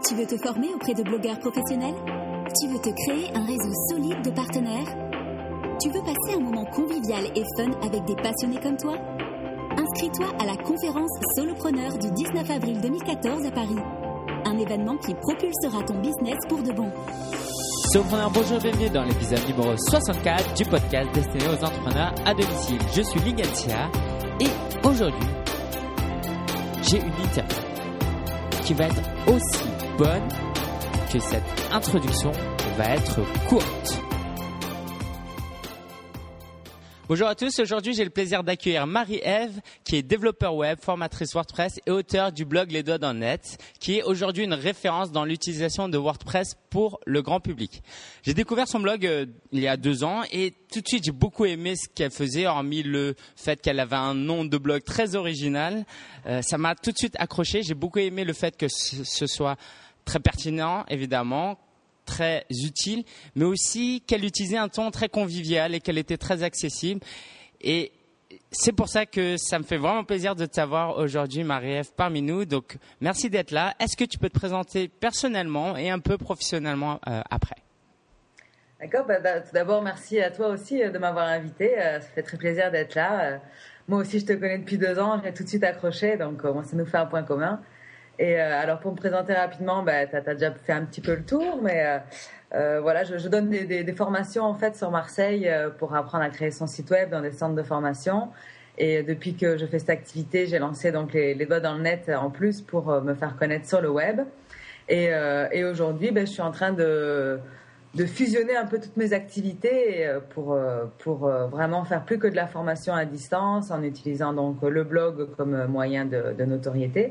Tu veux te former auprès de blogueurs professionnels? Tu veux te créer un réseau solide de partenaires? Tu veux passer un moment convivial et fun avec des passionnés comme toi? Inscris-toi à la conférence Solopreneur du 19 avril 2014 à Paris. Un événement qui propulsera ton business pour de bon. Solopreneur, bonjour, bienvenue dans l'épisode numéro 64 du podcast destiné aux entrepreneurs à domicile. Je suis Ligancia et aujourd'hui, j'ai une interview qui va être aussi bonne que cette introduction va être courte. Bonjour à tous, aujourd'hui j'ai le plaisir d'accueillir Marie-Ève qui est développeur web, formatrice WordPress et auteure du blog Les Doigts dans le Net, qui est aujourd'hui une référence dans l'utilisation de WordPress pour le grand public. J'ai découvert son blog il y a 2 ans et tout de suite j'ai beaucoup aimé ce qu'elle faisait, hormis le fait qu'elle avait un nom de blog très original. Ça m'a tout de suite accroché, j'ai beaucoup aimé le fait que ce soit très pertinent évidemment, très utile, mais aussi qu'elle utilisait un ton très convivial et qu'elle était très accessible. Et c'est pour ça que ça me fait vraiment plaisir de t'avoir aujourd'hui, Marie-Ève, parmi nous. Donc, merci d'être là. Est-ce que tu peux te présenter personnellement et un peu professionnellement après? D'accord. Tout d'abord, merci à toi aussi de m'avoir invité. Ça fait très plaisir d'être là. Moi aussi, je te connais depuis 2 ans. J'ai tout de suite accroché. Donc, ça nous fait un point commun. Et alors pour me présenter rapidement, t'as déjà fait un petit peu le tour, mais voilà, je donne des formations en fait sur Marseille pour apprendre à créer son site web dans des centres de formation. Et depuis que je fais cette activité, j'ai lancé donc les Doigts dans le Net en plus pour me faire connaître sur le web. Et aujourd'hui, je suis en train de fusionner un peu toutes mes activités pour vraiment faire plus que de la formation à distance en utilisant donc le blog comme moyen de notoriété.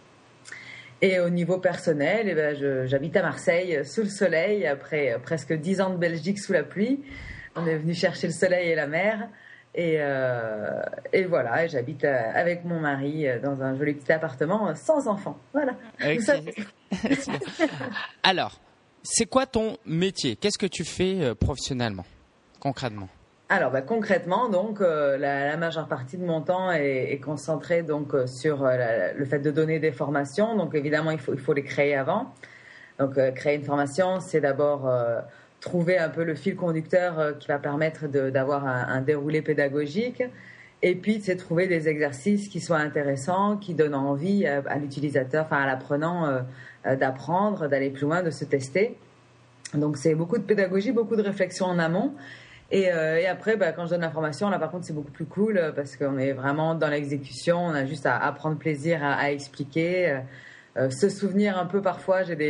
Et au niveau personnel, j'habite à Marseille, sous le soleil, après presque 10 ans de Belgique sous la pluie. On est venu chercher le soleil et la mer. Et voilà, j'habite avec mon mari dans un joli petit appartement sans enfants. Voilà. Okay. Alors, c'est quoi ton métier? Qu'est-ce que tu fais professionnellement, concrètement? Alors, concrètement, donc, la majeure partie de mon temps est concentrée donc sur le fait de donner des formations. Donc, évidemment, il faut les créer avant. Donc, créer une formation, c'est d'abord trouver un peu le fil conducteur qui va permettre d'avoir un déroulé pédagogique. Et puis, c'est trouver des exercices qui soient intéressants, qui donnent envie à l'utilisateur, enfin à l'apprenant, d'apprendre, d'aller plus loin, de se tester. Donc, c'est beaucoup de pédagogie, beaucoup de réflexion en amont. Et après, quand je donne l'information, là par contre c'est beaucoup plus cool parce qu'on est vraiment dans l'exécution, on a juste à prendre plaisir à expliquer, se souvenir un peu parfois, j'ai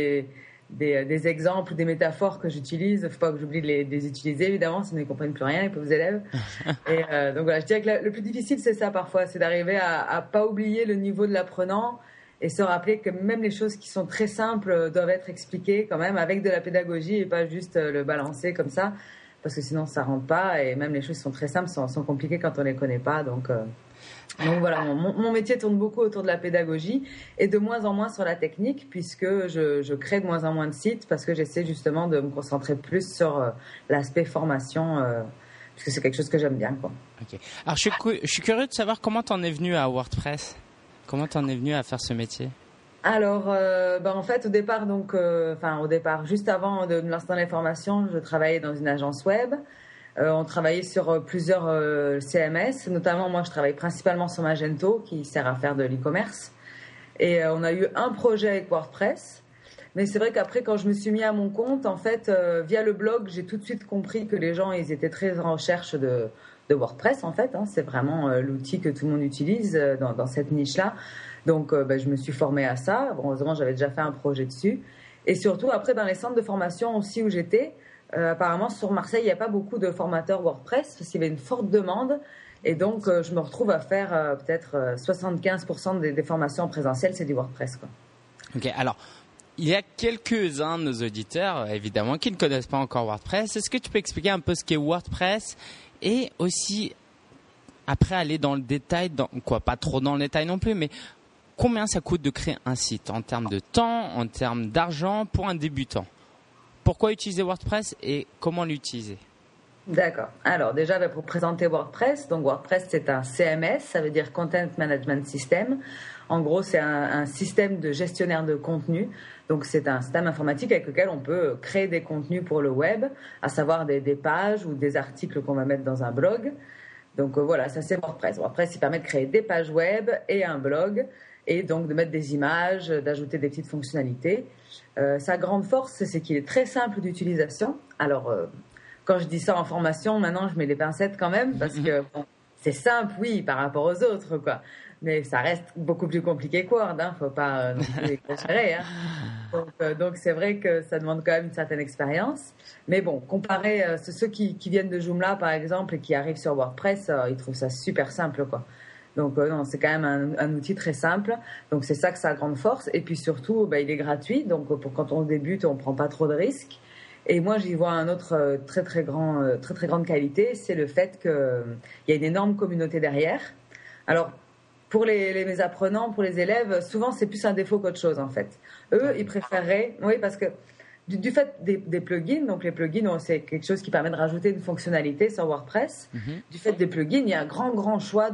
des exemples, des métaphores que j'utilise, faut pas que j'oublie de les utiliser évidemment, sinon ils comprennent plus rien les pauvres élèves. Et donc voilà, je dirais que le plus difficile c'est ça parfois, c'est d'arriver à pas oublier le niveau de l'apprenant et se rappeler que même les choses qui sont très simples doivent être expliquées quand même avec de la pédagogie et pas juste le balancer comme ça. Parce que sinon ça rentre pas et même les choses qui sont très simples sont compliquées quand on les connaît pas. Donc voilà, mon métier tourne beaucoup autour de la pédagogie et de moins en moins sur la technique puisque je crée de moins en moins de sites parce que j'essaie justement de me concentrer plus sur l'aspect formation puisque c'est quelque chose que j'aime bien, quoi. Ok. Alors je suis curieux de savoir comment t'en es venu à WordPress. Comment t'en es venu à faire ce métier? Alors, en fait, au départ, juste avant de me lancer dans les formations, je travaillais dans une agence web. On travaillait sur plusieurs CMS, notamment moi, je travaille principalement sur Magento, qui sert à faire de l'e-commerce. Et on a eu un projet avec WordPress. Mais c'est vrai qu'après, quand je me suis mis à mon compte, en fait, via le blog, j'ai tout de suite compris que les gens, ils étaient très en recherche de WordPress, en fait. C'est vraiment l'outil que tout le monde utilise dans cette niche-là. Donc, je me suis formée à ça. Bon, heureusement, j'avais déjà fait un projet dessus. Et surtout, après, dans les centres de formation aussi où j'étais, apparemment, sur Marseille, il n'y a pas beaucoup de formateurs WordPress parce qu'il y avait une forte demande. Et donc, je me retrouve à faire peut-être 75% des formations en présentiel, c'est du WordPress, quoi. Ok, alors, il y a quelques-uns de nos auditeurs, évidemment, qui ne connaissent pas encore WordPress. Est-ce que tu peux expliquer un peu ce qu'est WordPress et aussi, après, aller dans le détail, pas trop dans le détail non plus, mais combien ça coûte de créer un site en termes de temps, en termes d'argent pour un débutant? Pourquoi utiliser WordPress et comment l'utiliser? D'accord. Alors déjà, pour présenter WordPress, donc WordPress c'est un CMS, ça veut dire Content Management System. En gros, c'est un système de gestionnaire de contenu. Donc c'est un système informatique avec lequel on peut créer des contenus pour le web, à savoir des pages ou des articles qu'on va mettre dans un blog. Donc voilà, ça c'est WordPress. WordPress, il permet de créer des pages web et un blog, et donc de mettre des images, d'ajouter des petites fonctionnalités. Sa grande force, c'est qu'il est très simple d'utilisation. Alors, quand je dis ça en formation, maintenant je mets les pincettes quand même, parce que bon, c'est simple, oui, par rapport aux autres, quoi. Mais ça reste beaucoup plus compliqué que Word, hein. Faut pas non plus exagérer, hein. Donc c'est vrai que ça demande quand même une certaine expérience. Mais bon, comparé ceux qui viennent de Joomla par exemple et qui arrivent sur WordPress, ils trouvent ça super simple, quoi. Donc non, c'est quand même un outil très simple. Donc c'est ça que sa grande force. Et puis surtout, il est gratuit. Donc pour quand on débute, on prend pas trop de risques. Et moi, j'y vois un autre très grande qualité, c'est le fait qu'il y a une énorme communauté derrière. Alors pour mes apprenants, pour les élèves, souvent c'est plus un défaut qu'autre chose en fait. Eux, ils préféreraient, oui, parce que du fait des plugins, donc les plugins, c'est quelque chose qui permet de rajouter une fonctionnalité sur WordPress. Du fait des plugins, il y a un grand choix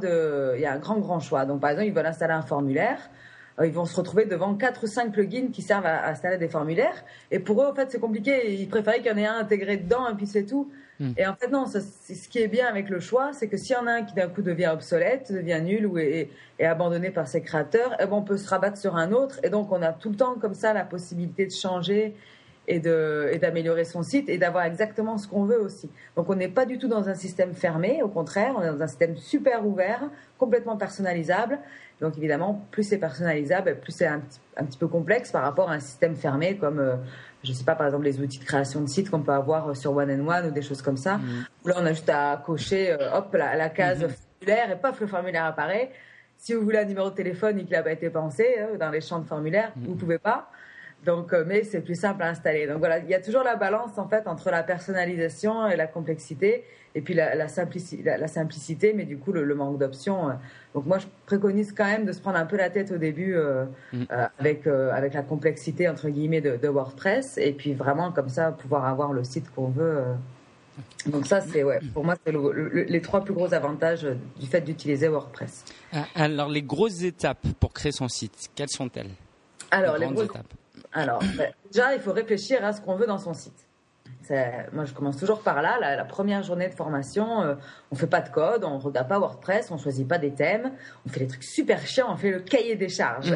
Donc par exemple, ils veulent installer un formulaire, ils vont se retrouver devant 4 ou 5 plugins qui servent à installer des formulaires. Et pour eux, en fait, c'est compliqué. Ils préféraient qu'il y en ait un intégré dedans et puis c'est tout. Et en fait, non, ce qui est bien avec le choix, c'est que s'il y en a un qui d'un coup devient obsolète, devient nul ou est abandonné par ses créateurs, on peut se rabattre sur un autre. Et donc, on a tout le temps comme ça la possibilité de changer et d'améliorer son site et d'avoir exactement ce qu'on veut aussi. Donc on n'est pas du tout dans un système fermé, au contraire, on est dans un système super ouvert, complètement personnalisable. Donc évidemment, plus c'est personnalisable, plus c'est un petit peu complexe par rapport à un système fermé comme, je ne sais pas, par exemple les outils de création de sites qu'on peut avoir sur One and One ou des choses comme ça, où là on a juste à cocher la case formulaire et paf, le formulaire apparaît. Si vous voulez un numéro de téléphone et qu'il n'a pas été pensé dans les champs de formulaire, vous ne pouvez pas. Donc, mais c'est plus simple à installer. Donc voilà, il y a toujours la balance en fait entre la personnalisation et la complexité, et puis la simplicité, mais du coup le manque d'options. Donc moi, je préconise quand même de se prendre un peu la tête au début avec la complexité entre guillemets de WordPress, et puis vraiment comme ça pouvoir avoir le site qu'on veut. Donc ça, c'est pour moi, c'est les 3 plus gros avantages du fait d'utiliser WordPress. Alors les grosses étapes pour créer son site, quelles sont-elles? Alors les grosses étapes. Alors, déjà, il faut réfléchir à ce qu'on veut dans son site. Moi, je commence toujours par là. La première journée de formation, on fait pas de code, on regarde pas WordPress, on choisit pas des thèmes, on fait des trucs super chiants, on fait le cahier des charges.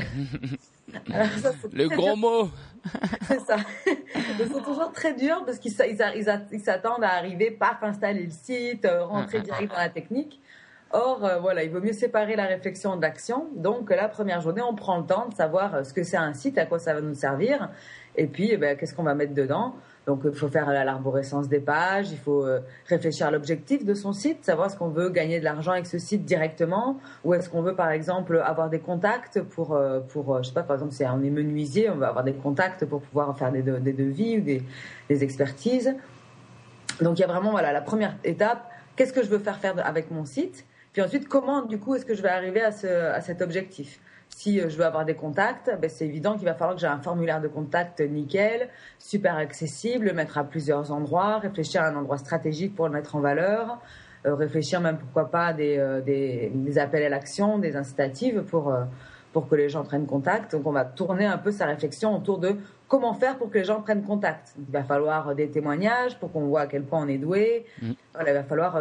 Alors, ça, le gros mot. C'est ça. C'est toujours très dur parce qu'ils s'attendent à arriver, paf, installer le site, rentrer direct dans la technique. Or, il vaut mieux séparer la réflexion de l'action. Donc, la première journée, on prend le temps de savoir ce que c'est un site, à quoi ça va nous servir, et puis qu'est-ce qu'on va mettre dedans. Donc, il faut faire l'arborescence des pages, il faut réfléchir à l'objectif de son site, savoir est-ce qu'on veut gagner de l'argent avec ce site directement, ou est-ce qu'on veut, par exemple, avoir des contacts pour je sais pas, par exemple, si on est menuisier, on veut avoir des contacts pour pouvoir faire des devis ou des expertises. Donc, il y a vraiment, la première étape, qu'est-ce que je veux faire avec mon site? Puis ensuite, comment, du coup, est-ce que je vais arriver à cet objectif? Si je veux avoir des contacts, c'est évident qu'il va falloir que j'ai un formulaire de contact nickel, super accessible, le mettre à plusieurs endroits, réfléchir à un endroit stratégique pour le mettre en valeur, réfléchir même, pourquoi pas, des appels à l'action, des incitatives pour que les gens prennent contact. Donc, on va tourner un peu sa réflexion autour de comment faire pour que les gens prennent contact. Donc, il va falloir des témoignages pour qu'on voit à quel point on est doué. Voilà, il va falloir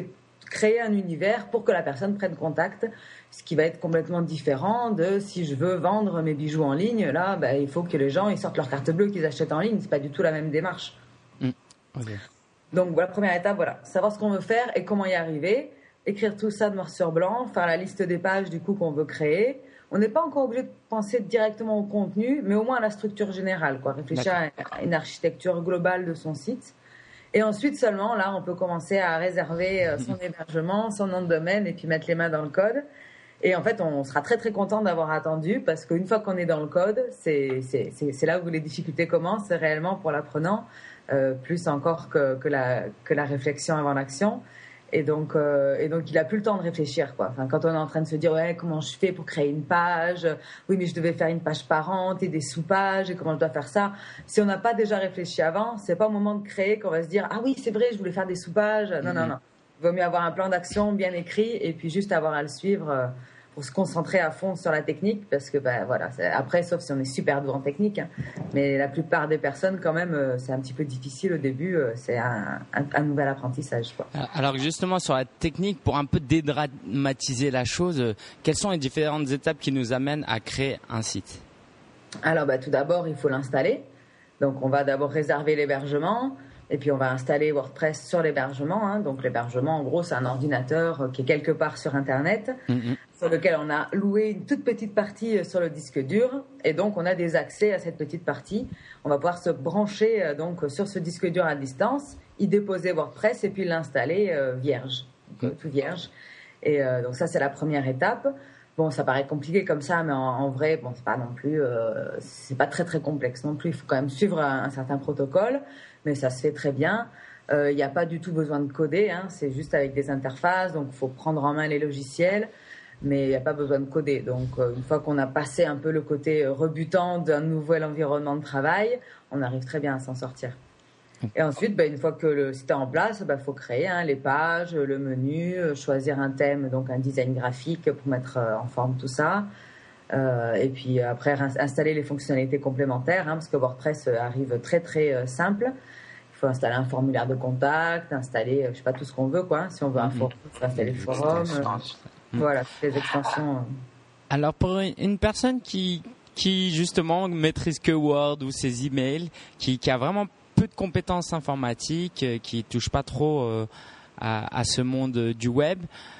créer un univers pour que la personne prenne contact, ce qui va être complètement différent de si je veux vendre mes bijoux en ligne. Là, il faut que les gens ils sortent leur carte bleue qu'ils achètent en ligne. C'est pas du tout la même démarche. Okay. Donc première étape, savoir ce qu'on veut faire et comment y arriver, écrire tout ça noir sur blanc, faire la liste des pages du coup qu'on veut créer. On n'est pas encore obligé de penser directement au contenu, mais au moins à la structure générale, réfléchir à une architecture globale de son site. Et ensuite seulement, là, on peut commencer à réserver son hébergement, son nom de domaine et puis mettre les mains dans le code. Et en fait, on sera très très content d'avoir attendu parce qu'une fois qu'on est dans le code, c'est là où les difficultés commencent réellement pour l'apprenant, plus encore que la réflexion avant l'action. Et donc, il a plus le temps de réfléchir, quoi. Enfin, quand on est en train de se dire, ouais, comment je fais pour créer une page? Oui, mais je devais faire une page parente et des sous-pages, et comment je dois faire ça? Si on n'a pas déjà réfléchi avant, c'est pas au moment de créer qu'on va se dire, ah oui, c'est vrai, je voulais faire des sous-pages. Non. Il vaut mieux avoir un plan d'action bien écrit et puis juste avoir à le suivre pour se concentrer à fond sur la technique, parce que voilà, après, sauf si on est super doué en technique, hein, mais la plupart des personnes quand même, c'est un petit peu difficile au début, c'est un nouvel apprentissage, quoi. Alors justement sur la technique, pour un peu dédramatiser la chose, quelles sont les différentes étapes qui nous amènent à créer un site? Alors tout d'abord, il faut l'installer. Donc on va d'abord réserver l'hébergement. Et puis, on va installer WordPress sur l'hébergement. Hein. Donc, l'hébergement, en gros, c'est un ordinateur qui est quelque part sur Internet, sur lequel on a loué une toute petite partie sur le disque dur. Et donc, on a des accès à cette petite partie. On va pouvoir se brancher donc sur ce disque dur à distance, y déposer WordPress et puis l'installer vierge, donc, tout vierge. Et donc, ça, c'est la première étape. Bon, ça paraît compliqué comme ça, mais en vrai, bon, c'est pas non plus, c'est pas très très complexe non plus. Il faut quand même suivre un certain protocole, mais ça se fait très bien. Il n'y a pas du tout besoin de coder, hein, c'est juste avec des interfaces, donc il faut prendre en main les logiciels, mais il n'y a pas besoin de coder. Donc, une fois qu'on a passé un peu le côté rebutant d'un nouvel environnement de travail, on arrive très bien à s'en sortir. Et ensuite, une fois que le site est en place, faut créer les pages, le menu, choisir un thème, donc un design graphique pour mettre en forme tout ça. Et puis après, installer les fonctionnalités complémentaires, parce que WordPress arrive très très simple. Il faut installer un formulaire de contact, installer, je sais pas, tout ce qu'on veut, quoi. Si on veut un forum, il faut installer le forum. Voilà, toutes les extensions. Alors pour une personne qui justement maîtrise que Word ou ses emails, qui a vraiment peu de compétences informatiques, qui touche pas trop à ce monde du web,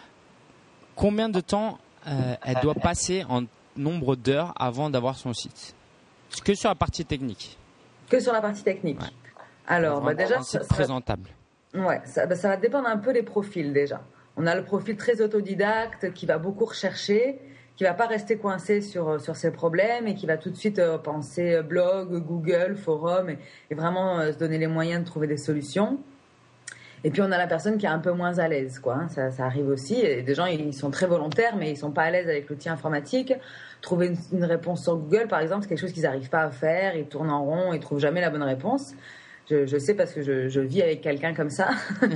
combien de temps elle doit passer en nombre d'heures avant d'avoir son site? Que sur la partie technique? Que sur la partie technique. Ouais. Alors, déjà, un site présentable. Ouais, ça va dépendre un peu des profils déjà. On a le profil très autodidacte qui va beaucoup rechercher, qui va pas rester coincé sur ses problèmes et qui va tout de suite penser blog, Google, forum et vraiment se donner les moyens de trouver des solutions. Et puis on a la personne qui est un peu moins à l'aise, quoi. Hein. Ça arrive aussi. Et des gens, ils sont très volontaires, mais ils sont pas à l'aise avec l'outil informatique. Trouver une réponse sur Google, par exemple, c'est quelque chose qu'ils n'arrivent pas à faire. Ils tournent en rond, ils trouvent jamais la bonne réponse. Je sais parce que je vis avec quelqu'un comme ça.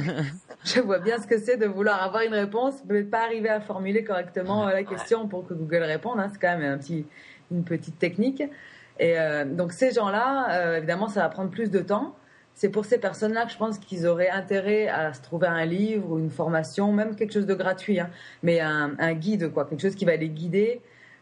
Je vois bien ce que c'est de vouloir avoir une réponse, mais pas arriver à formuler correctement la question pour que Google réponde. Hein. C'est quand même une petite technique. Et donc ces gens-là, évidemment, ça va prendre plus de temps. C'est pour ces personnes-là que je pense qu'ils auraient intérêt à se trouver un livre ou une formation, même quelque chose de gratuit, hein, mais un guide, quoi, quelque chose qui va les guider.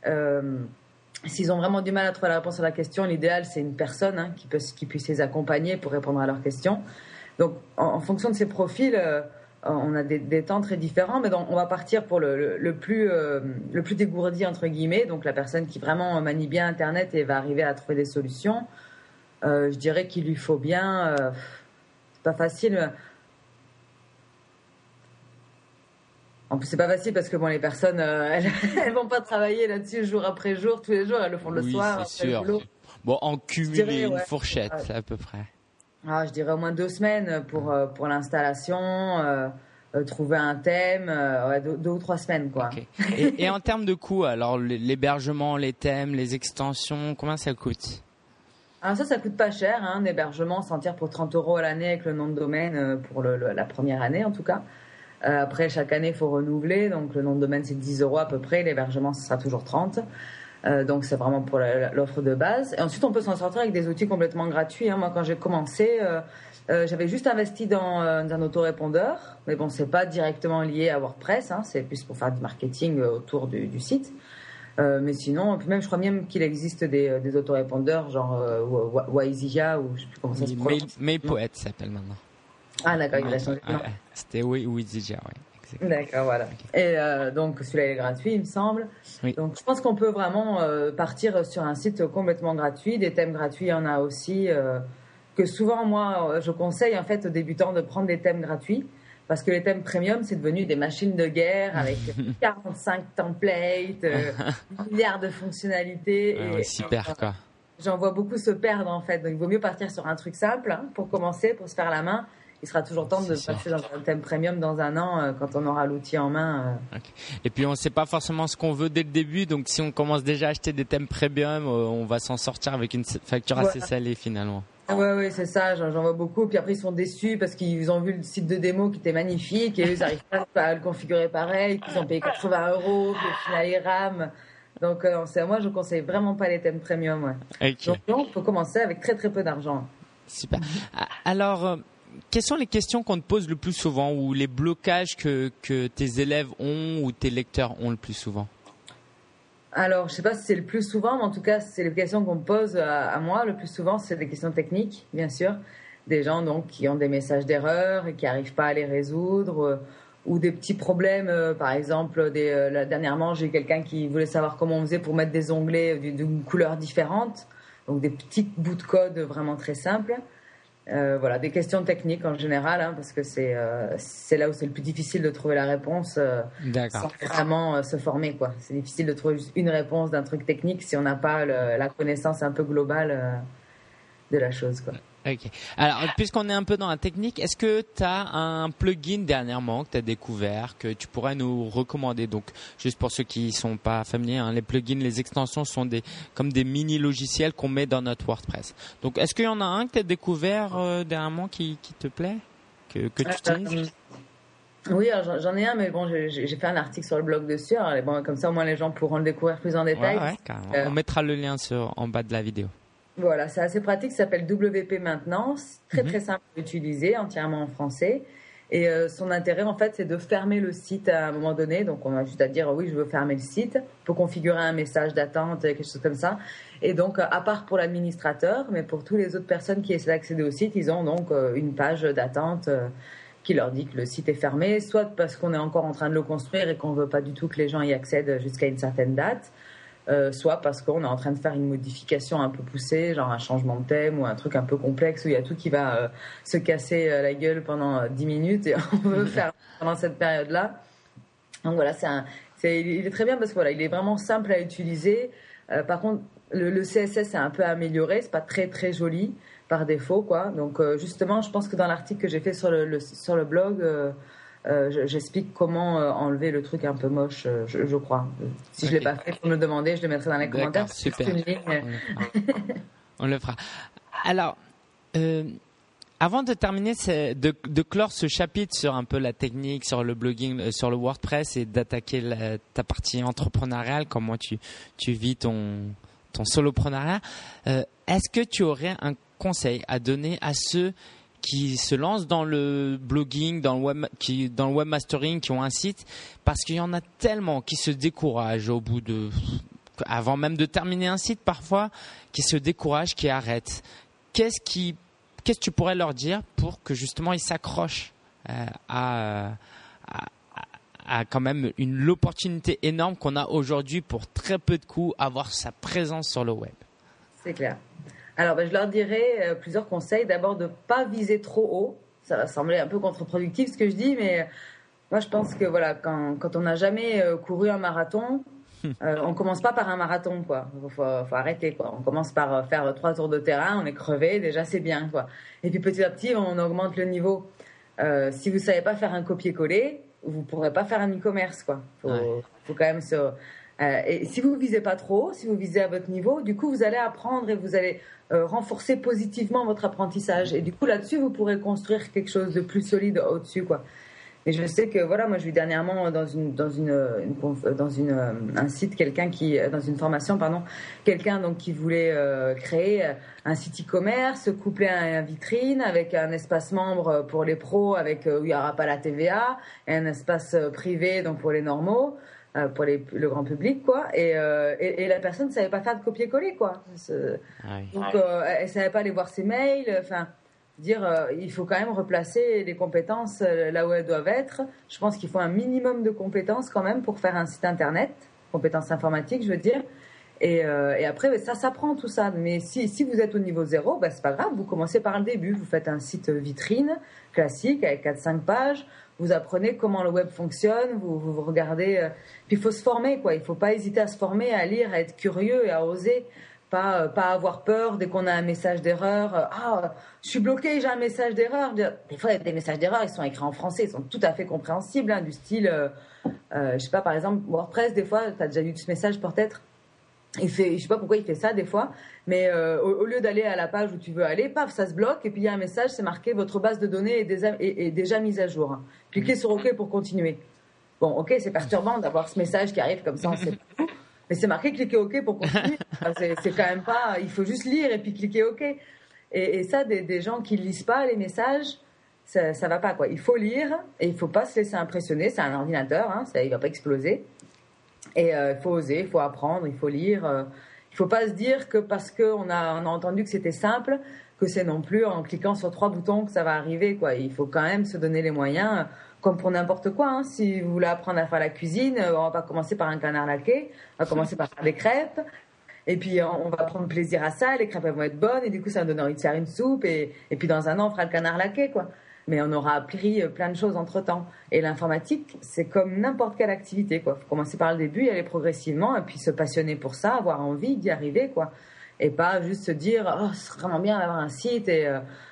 S'ils ont vraiment du mal à trouver la réponse à la question, l'idéal, c'est une personne qui puisse les accompagner pour répondre à leurs questions. Donc, en fonction de ces profils, on a des temps très différents, mais donc, on va partir pour le plus dégourdi, entre guillemets, donc la personne qui vraiment manie bien Internet et va arriver à trouver des solutions. Je dirais qu'il lui faut bien, c'est pas facile. En plus, c'est pas facile parce que les personnes, elles vont pas travailler là-dessus jour après jour, tous les jours, elles le font le soir. Oui, c'est sûr. Bon, en cumuler une fourchette, à peu près. Je dirais au moins 2 semaines pour l'installation, trouver un thème, 2 ou 3 semaines, quoi. Okay. Et en termes de coût, alors l'hébergement, les thèmes, les extensions, combien ça coûte? Alors ça coûte pas cher, hein, un hébergement s'en tire pour 30 € à l'année avec le nom de domaine pour la première année en tout cas. Après, chaque année, il faut renouveler. Donc, le nom de domaine, c'est 10 € à peu près. L'hébergement, ce sera toujours 30. Donc, c'est vraiment pour l'offre de base. Et ensuite, on peut s'en sortir avec des outils complètement gratuits. Hein. Moi, quand j'ai commencé, j'avais juste investi dans un autorépondeur. Mais bon, c'est pas directement lié à WordPress. Hein. C'est plus pour faire du marketing autour du site. Mais sinon, même, je crois même qu'il existe des autorépondeurs, genre Wisia ou je sais plus comment ça se prononce. MailPoet s'appelle maintenant. Ah d'accord, il a changé. C'était Wisia, oui. D'accord, voilà. Okay. Et donc celui-là est gratuit, il me semble. Oui. Donc je pense qu'on peut vraiment partir sur un site complètement gratuit. Des thèmes gratuits, il y en a aussi. Que souvent, moi, je conseille en fait aux débutants de prendre des thèmes gratuits. Parce que les thèmes premium, c'est devenu des machines de guerre avec 45 templates, milliards de fonctionnalités. Et super, quoi. J'en vois beaucoup se perdre, en fait. Donc, il vaut mieux partir sur un truc simple pour commencer, pour se faire la main. il sera toujours temps de passer dans un thème premium dans un an quand on aura l'outil en main. Okay. Et puis on ne sait pas forcément ce qu'on veut dès le début, donc si on commence déjà à acheter des thèmes premium, on va s'en sortir avec une facture assez salée finalement. Ouais, c'est ça, j'en vois beaucoup. Puis après, ils sont déçus parce qu'ils ont vu le site de démo qui était magnifique et eux, ils n'arrivent pas à le configurer pareil, qu'ils ont payé 80 €, puis au final, ils rament. Donc, moi, je ne conseille vraiment pas les thèmes premium. Ouais. Okay. Donc, il faut commencer avec très, très peu d'argent. Super. Alors, quelles sont les questions qu'on te pose le plus souvent ou les blocages que tes élèves ont ou tes lecteurs ont le plus souvent? Alors, je ne sais pas si c'est le plus souvent, mais en tout cas, c'est les questions qu'on me pose à moi. Le plus souvent, c'est des questions techniques, bien sûr. Des gens donc, qui ont des messages d'erreur et qui n'arrivent pas à les résoudre ou des petits problèmes. Par exemple, dernièrement, j'ai eu quelqu'un qui voulait savoir comment on faisait pour mettre des onglets d'une couleur différente. Donc, des petits bouts de code vraiment très simples. Voilà, des questions techniques en général, hein, parce que c'est là où c'est le plus difficile de trouver la réponse sans vraiment se former, quoi. C'est difficile de trouver juste une réponse d'un truc technique si on n'a pas la connaissance un peu globale de la chose, quoi. Ok. Alors, puisqu'on est un peu dans la technique, est-ce que tu as un plugin dernièrement que tu as découvert que tu pourrais nous recommander? Donc, juste pour ceux qui sont pas familiers, hein, les plugins, les extensions sont comme des mini logiciels qu'on met dans notre WordPress. Donc, est-ce qu'il y en a un que tu as découvert dernièrement qui te plaît, que tu utilises? Oui, alors j'en ai un, mais bon, j'ai fait un article sur le blog dessus. Alors, bon, comme ça, au moins, les gens pourront le découvrir plus en détail. Ouais, carrément. On mettra le lien en bas de la vidéo. Voilà, c'est assez pratique, ça s'appelle WP Maintenance, très très simple à utiliser, entièrement en français. Et son intérêt, en fait, c'est de fermer le site à un moment donné. Donc, on a juste à dire, oui, je veux fermer le site. On peut configurer un message d'attente, quelque chose comme ça. Et donc, à part pour l'administrateur, mais pour toutes les autres personnes qui essaient d'accéder au site, ils ont donc une page d'attente qui leur dit que le site est fermé, soit parce qu'on est encore en train de le construire et qu'on ne veut pas du tout que les gens y accèdent jusqu'à une certaine date, soit parce qu'on est en train de faire une modification un peu poussée, genre un changement de thème ou un truc un peu complexe où il y a tout qui va se casser la gueule pendant 10 minutes et on veut faire pendant cette période-là. Donc voilà, il est très bien parce que voilà, il est vraiment simple à utiliser. Par contre, le CSS est un peu amélioré, c'est pas très très joli par défaut, quoi. Donc justement, je pense que dans l'article que j'ai fait sur le blog, j'explique comment enlever le truc un peu moche, je crois. Si je l'ai pas fait, pour me le demander, je le mettrai dans les commentaires. Super. On le fera. Alors, avant de terminer, de clore ce chapitre sur un peu la technique, sur le blogging, sur le WordPress et d'attaquer ta partie entrepreneuriale, comment tu vis ton soloprenariat, est-ce que tu aurais un conseil à donner à ceux qui se lancent dans le blogging, dans le webmastering, qui ont un site, parce qu'il y en a tellement qui se découragent avant même de terminer un site parfois, qui se découragent, qui arrêtent. Qu'est-ce que tu pourrais leur dire pour que justement ils s'accrochent à quand même l'opportunité énorme qu'on a aujourd'hui pour très peu de coûts avoir sa présence sur le web? C'est clair. Alors, je leur dirais plusieurs conseils. D'abord, de ne pas viser trop haut. Ça va sembler un peu contre-productif ce que je dis, mais moi, je pense que voilà, quand on n'a jamais couru un marathon, on commence pas par un marathon, quoi. Faut arrêter, quoi. On commence par faire 3 tours de terrain, on est crevé, déjà c'est bien, quoi. Et puis petit à petit, on augmente le niveau. Si vous savez pas faire un copier-coller, vous pourrez pas faire un e-commerce, quoi. Faut quand même et si vous visez pas trop, si vous visez à votre niveau, du coup, vous allez apprendre et vous allez renforcer positivement votre apprentissage. Et du coup, là-dessus, vous pourrez construire quelque chose de plus solide au-dessus, quoi. Et je sais que voilà, moi, je vis dernièrement dans un site dans une formation, quelqu'un donc qui voulait créer un site e-commerce couplé à une vitrine avec un espace membre pour les pros avec où il y aura pas la TVA et un espace privé donc pour les normaux. Pour le grand public, quoi. Et la personne ne savait pas faire de copier-coller, quoi. Donc, elle savait pas aller voir ses mails. Enfin, il faut quand même replacer les compétences là où elles doivent être. Je pense qu'il faut un minimum de compétences quand même pour faire un site internet, compétences informatiques, je veux dire. Et après, ça s'apprend tout ça. Mais si vous êtes au niveau 0, c'est pas grave. Vous commencez par le début. Vous faites un site vitrine classique avec 4-5 pages. Vous apprenez comment le web fonctionne, vous regardez. Puis il faut se former, quoi. Il ne faut pas hésiter à se former, à lire, à être curieux et à oser Pas avoir peur dès qu'on a un message d'erreur. Je suis bloqué, j'ai un message d'erreur. Des fois, des messages d'erreur, ils sont écrits en français, ils sont tout à fait compréhensibles, hein, du style, je sais pas, par exemple, WordPress, des fois, tu as déjà vu ce message peut-être. Je sais pas pourquoi il fait ça des fois, mais au lieu d'aller à la page où tu veux aller, paf, ça se bloque et puis il y a un message, c'est marqué votre base de données est déjà mise à jour. Cliquez sur OK pour continuer. Bon, OK, c'est perturbant d'avoir ce message qui arrive comme ça, on sait pas. Mais c'est marqué cliquez OK pour continuer. C'est quand même pas. Il faut juste lire et puis cliquer OK. Et ça, des gens qui lisent pas les messages, ça va pas quoi. Il faut lire et il faut pas se laisser impressionner. C'est un ordinateur, hein, il va pas exploser. Et il faut oser, il faut apprendre, il faut lire. Il faut pas se dire que parce qu'on a entendu que c'était simple, que c'est non plus en cliquant sur 3 boutons que ça va arriver, quoi. Il faut quand même se donner les moyens, comme pour n'importe quoi, hein. Si vous voulez apprendre à faire la cuisine, on va pas commencer par un canard laqué, on va commencer par faire des crêpes. Et puis, on va prendre plaisir à ça, les crêpes elles vont être bonnes, et du coup, ça va donner envie de faire une soupe, et puis dans un an, on fera le canard laqué, quoi. Mais on aura appris plein de choses entre-temps. Et l'informatique, c'est comme n'importe quelle activité, quoi. Faut commencer par le début, y aller progressivement, et puis se passionner pour ça, avoir envie d'y arriver, quoi. Et pas juste se dire, oh, c'est vraiment bien d'avoir un site, et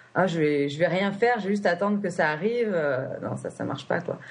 je vais rien faire, je vais juste attendre que ça arrive. Non, ça marche pas, quoi.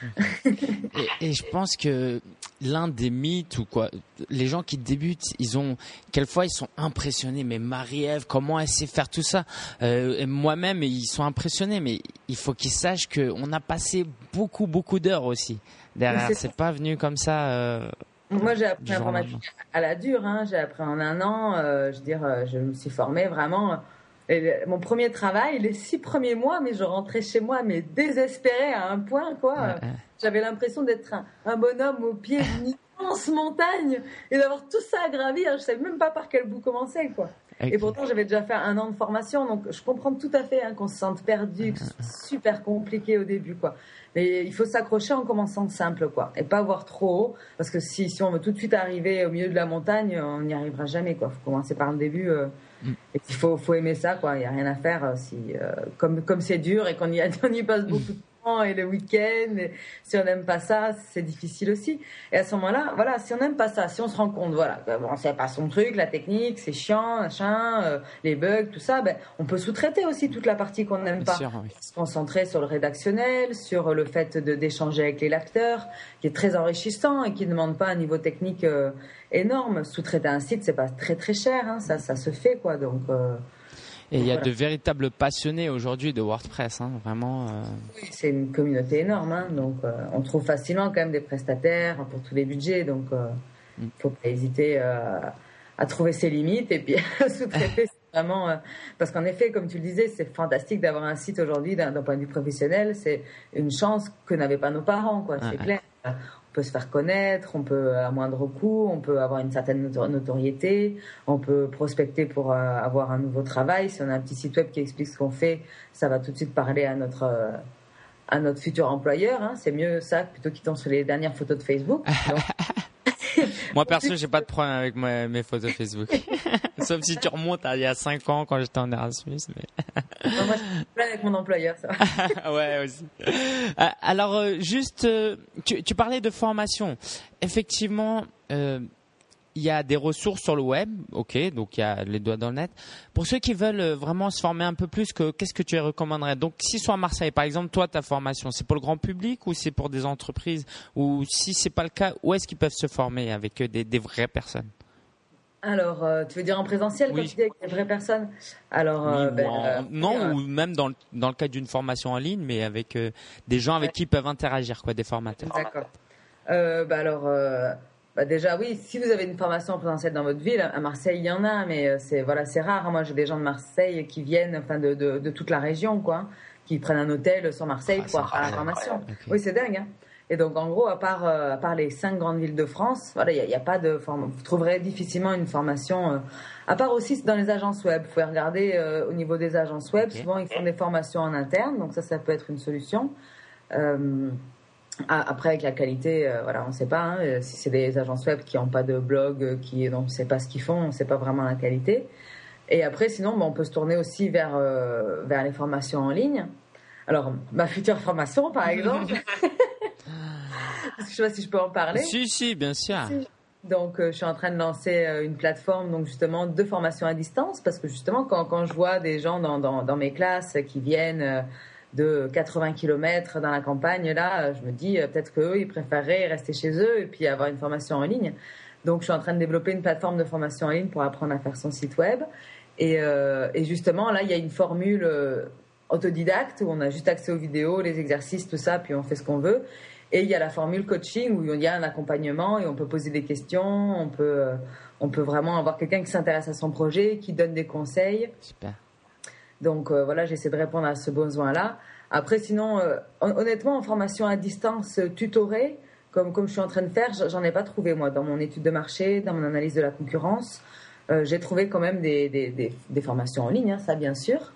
Et je pense que l'un des mythes ou quoi, les gens qui débutent, quelquefois ils sont impressionnés. Mais Marie-Ève, comment elle sait faire tout ça? Et moi-même, ils sont impressionnés. Mais il faut qu'ils sachent qu'on a passé beaucoup d'heures aussi derrière. C'est pas venu comme ça. Moi, j'ai appris l'informatique à la dure. Hein. J'ai appris en 1 an. Je me suis formée vraiment. Et mon premier travail, les 6 premiers mois, mais je rentrais chez moi, mais désespérée à un point, quoi. J'avais l'impression d'être un bonhomme au pied d'une immense montagne et d'avoir tout ça à gravir. Je savais même pas par quel bout commencer, quoi. Okay. Et pourtant, j'avais déjà fait 1 an de formation, donc je comprends tout à fait qu'on se sente perdu, que ce soit super compliqué au début, quoi. Mais il faut s'accrocher en commençant de simple, quoi, et pas voir trop haut, parce que si on veut tout de suite arriver au milieu de la montagne, on n'y arrivera jamais, quoi. Faut commencer par le début. Et puis faut aimer ça, quoi. Il y a rien à faire comme c'est dur et qu'on y passe beaucoup de temps et le week-end. Et si on n'aime pas ça, c'est difficile aussi. Et à ce moment-là, voilà, si on n'aime pas ça, si on se rend compte, voilà, bon, c'est pas son truc, la technique, c'est chiant, machin, les bugs, tout ça, on peut sous-traiter aussi toute la partie qu'on n'aime pas. Sûr, oui. Se concentrer sur le rédactionnel, sur le fait d'échanger avec les lecteurs, qui est très enrichissant et qui ne demande pas un niveau technique énorme. Sous-traiter un site, c'est pas très très cher, hein, ça se fait, quoi. Donc. Et il y a de véritables passionnés aujourd'hui de WordPress, hein, vraiment. Oui, c'est une communauté énorme, hein, donc on trouve facilement quand même des prestataires pour tous les budgets, donc faut pas hésiter à trouver ses limites et puis à sous-traiter. Vraiment, parce qu'en effet, comme tu le disais, c'est fantastique d'avoir un site aujourd'hui d'un point de vue professionnel. C'est une chance que n'avaient pas nos parents, quoi. C'est clair. On peut se faire connaître, on peut à moindre coût, on peut avoir une certaine notoriété, on peut prospecter pour avoir un nouveau travail. Si on a un petit site web qui explique ce qu'on fait, ça va tout de suite parler à notre futur employeur. Hein. C'est mieux ça plutôt qu'il tombe sur les dernières photos de Facebook. Donc... Moi, perso, j'ai pas de problème avec mes photos Facebook. Sauf si tu remontes à il y a 5 ans quand j'étais en Erasmus. Mais... non, moi, je suis plein avec mon employeur, ça. Ouais, aussi. Alors, juste, tu parlais de formation. Effectivement, il y a des ressources sur le web, ok, donc il y a les doigts dans le net. Pour ceux qui veulent vraiment se former un peu plus, qu'est-ce que tu les recommanderais? Donc, s'ils sont à Marseille, par exemple, toi, ta formation, c'est pour le grand public ou c'est pour des entreprises? Ou si c'est pas le cas, où est-ce qu'ils peuvent se former avec des vraies personnes? Alors, tu veux dire en présentiel, oui. Quand tu dis avec des vraies personnes? Alors, non, ou même dans le cadre d'une formation en ligne, mais avec des gens avec qui ils peuvent interagir, quoi, des formateurs. D'accord. Déjà, oui, si vous avez une formation en présentiel dans votre ville, à Marseille, il y en a, mais c'est rare. Moi, j'ai des gens de Marseille qui viennent, enfin, de toute la région, quoi, qui prennent un hôtel sur Marseille pour faire la formation. Okay. Oui, c'est dingue, hein. Et donc, en gros, à part les 5 grandes villes de France, voilà, il y a pas de formation. Vous trouverez difficilement une formation, à part aussi dans les agences web. Vous pouvez regarder au niveau des agences web. Okay. Souvent, ils font des formations en interne, donc ça peut être une solution. Après, avec la qualité, voilà, on ne sait pas. Hein, si c'est des agences web qui n'ont pas de blog, dont on ne sait pas ce qu'ils font, on ne sait pas vraiment la qualité. Et après, sinon, on peut se tourner aussi vers les formations en ligne. Alors, ma future formation, par exemple. Je ne sais pas si je peux en parler. Si, bien sûr. Donc, je suis en train de lancer une plateforme, donc justement, de formation à distance, parce que justement, quand je vois des gens dans mes classes qui viennent de 80 km dans la campagne, là, je me dis peut-être qu'eux, ils préféreraient rester chez eux et puis avoir une formation en ligne. Donc, je suis en train de développer une plateforme de formation en ligne pour apprendre à faire son site web. Et justement, là, il y a une formule autodidacte où on a juste accès aux vidéos, les exercices, tout ça, puis on fait ce qu'on veut. Et il y a la formule coaching où il y a un accompagnement et on peut poser des questions, on peut vraiment avoir quelqu'un qui s'intéresse à son projet, qui donne des conseils. Super. Donc voilà, j'essaie de répondre à ce besoin-là. Après, sinon, honnêtement, en formation à distance tutorée, comme je suis en train de faire, j'en ai pas trouvé, moi, dans mon étude de marché, dans mon analyse de la concurrence. J'ai trouvé quand même des formations en ligne, hein, ça bien sûr.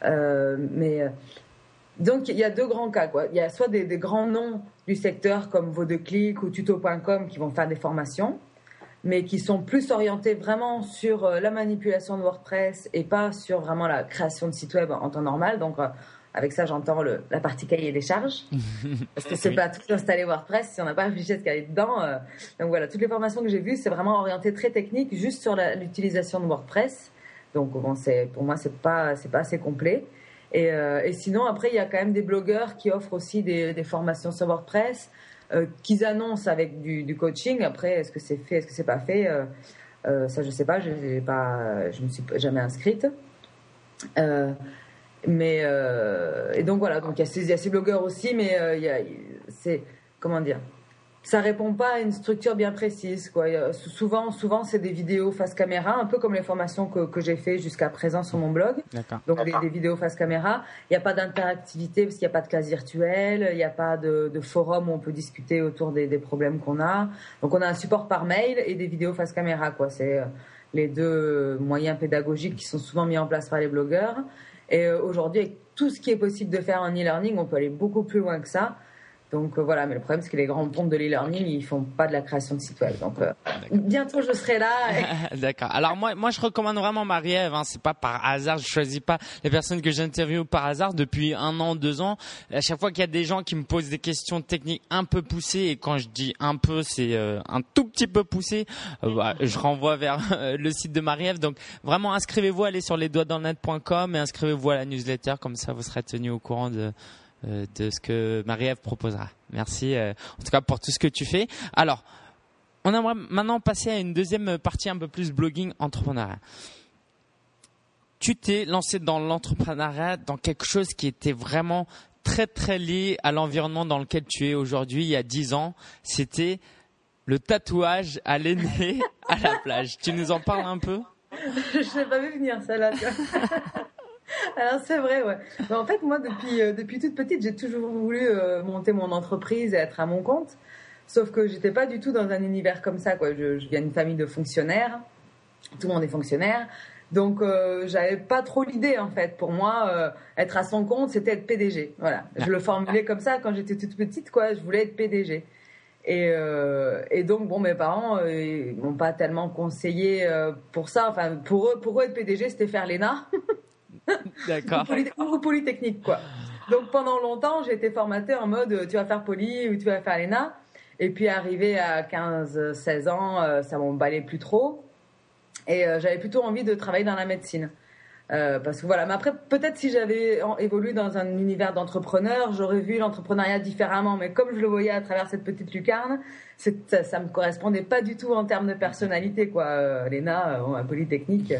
Donc, il y a deux grands cas, quoi. Il y a soit des grands noms du secteur comme Vaudeclic ou Tuto.com qui vont faire des formations, mais qui sont plus orientés vraiment sur la manipulation de WordPress et pas sur vraiment la création de sites web en temps normal. Donc, avec ça, j'entends la partie cahier des charges. Parce que c'est pas tout installer WordPress si on n'a pas réfléchi à ce qu'il y a dedans. Donc voilà, toutes les formations que j'ai vues, c'est vraiment orienté très technique, juste sur l'utilisation de WordPress. Donc bon, pour moi, c'est pas assez complet. Et sinon, après, il y a quand même des blogueurs qui offrent aussi des formations sur WordPress, qu'ils annoncent avec du coaching. Après, est-ce que c'est fait, est-ce que c'est pas fait, ça, je sais pas. Je me suis jamais inscrite. Et donc voilà, donc il y a ces blogueurs aussi, mais comment dire, ça répond pas à une structure bien précise, quoi. Souvent c'est des vidéos face caméra, un peu comme les formations que j'ai fait jusqu'à présent sur mon blog. D'accord. Donc des vidéos face caméra. Il n'y a pas d'interactivité parce qu'il n'y a pas de classe virtuelle, il n'y a pas de forum où on peut discuter autour des problèmes qu'on a. Donc on a un support par mail et des vidéos face caméra, quoi. C'est les deux moyens pédagogiques qui sont souvent mis en place par les blogueurs. Et aujourd'hui, avec tout ce qui est possible de faire en e-learning, on peut aller beaucoup plus loin que ça. Donc voilà, mais le problème, c'est que les grands comptes de l'e-learning, ils font pas de la création de site web. Donc bientôt, je serai là. D'accord. Alors moi, je recommande vraiment Marie-Ève. Hein. C'est pas par hasard. Je choisis pas les personnes que j'interviewe par hasard. Depuis 1 an, 2 ans, à chaque fois qu'il y a des gens qui me posent des questions techniques un peu poussées, et quand je dis un peu, c'est un tout petit peu poussé, je renvoie vers le site de Marie-Ève. Donc vraiment, inscrivez-vous, allez sur lesdoigtsdanslenet.com et inscrivez-vous à la newsletter. Comme ça, vous serez tenu au courant de ce que Marie-Ève proposera. Merci en tout cas pour tout ce que tu fais. Alors, on aimerait maintenant passer à une deuxième partie un peu plus blogging entrepreneuriat. Tu t'es lancé dans l'entrepreneuriat, dans quelque chose qui était vraiment très très lié à l'environnement dans lequel tu es aujourd'hui. Il y a 10 ans, c'était le tatouage à l'aîné à la plage. Tu nous en parles un peu ? Je l'ai pas vu venir, ça là. Alors c'est vrai, ouais. Mais en fait, moi, depuis toute petite, j'ai toujours voulu monter mon entreprise et être à mon compte. Sauf que j'étais pas du tout dans un univers comme ça, quoi. Je viens d'une famille de fonctionnaires. Tout le monde est fonctionnaire. Donc, j'avais pas trop l'idée, en fait. Pour moi, être à son compte, c'était être PDG. Voilà. Je le formulais comme ça quand j'étais toute petite, quoi. Je voulais être PDG. Et donc, bon, mes parents, ils m'ont pas tellement conseillé pour ça. Enfin, pour eux, être PDG, c'était faire l'ENA. D'accord. Ou Polytechnique, quoi. Donc pendant longtemps, j'ai été formatée en mode tu vas faire Poly ou tu vas faire l'ENA. Et puis arrivé à 15-16 ans, ça m'emballait plus trop. Et j'avais plutôt envie de travailler dans la médecine. Parce que voilà, mais après, peut-être si j'avais évolué dans un univers d'entrepreneur, j'aurais vu l'entrepreneuriat différemment. Mais comme je le voyais à travers cette petite lucarne, ça me correspondait pas du tout en termes de personnalité, quoi. L'ENA, à Polytechnique.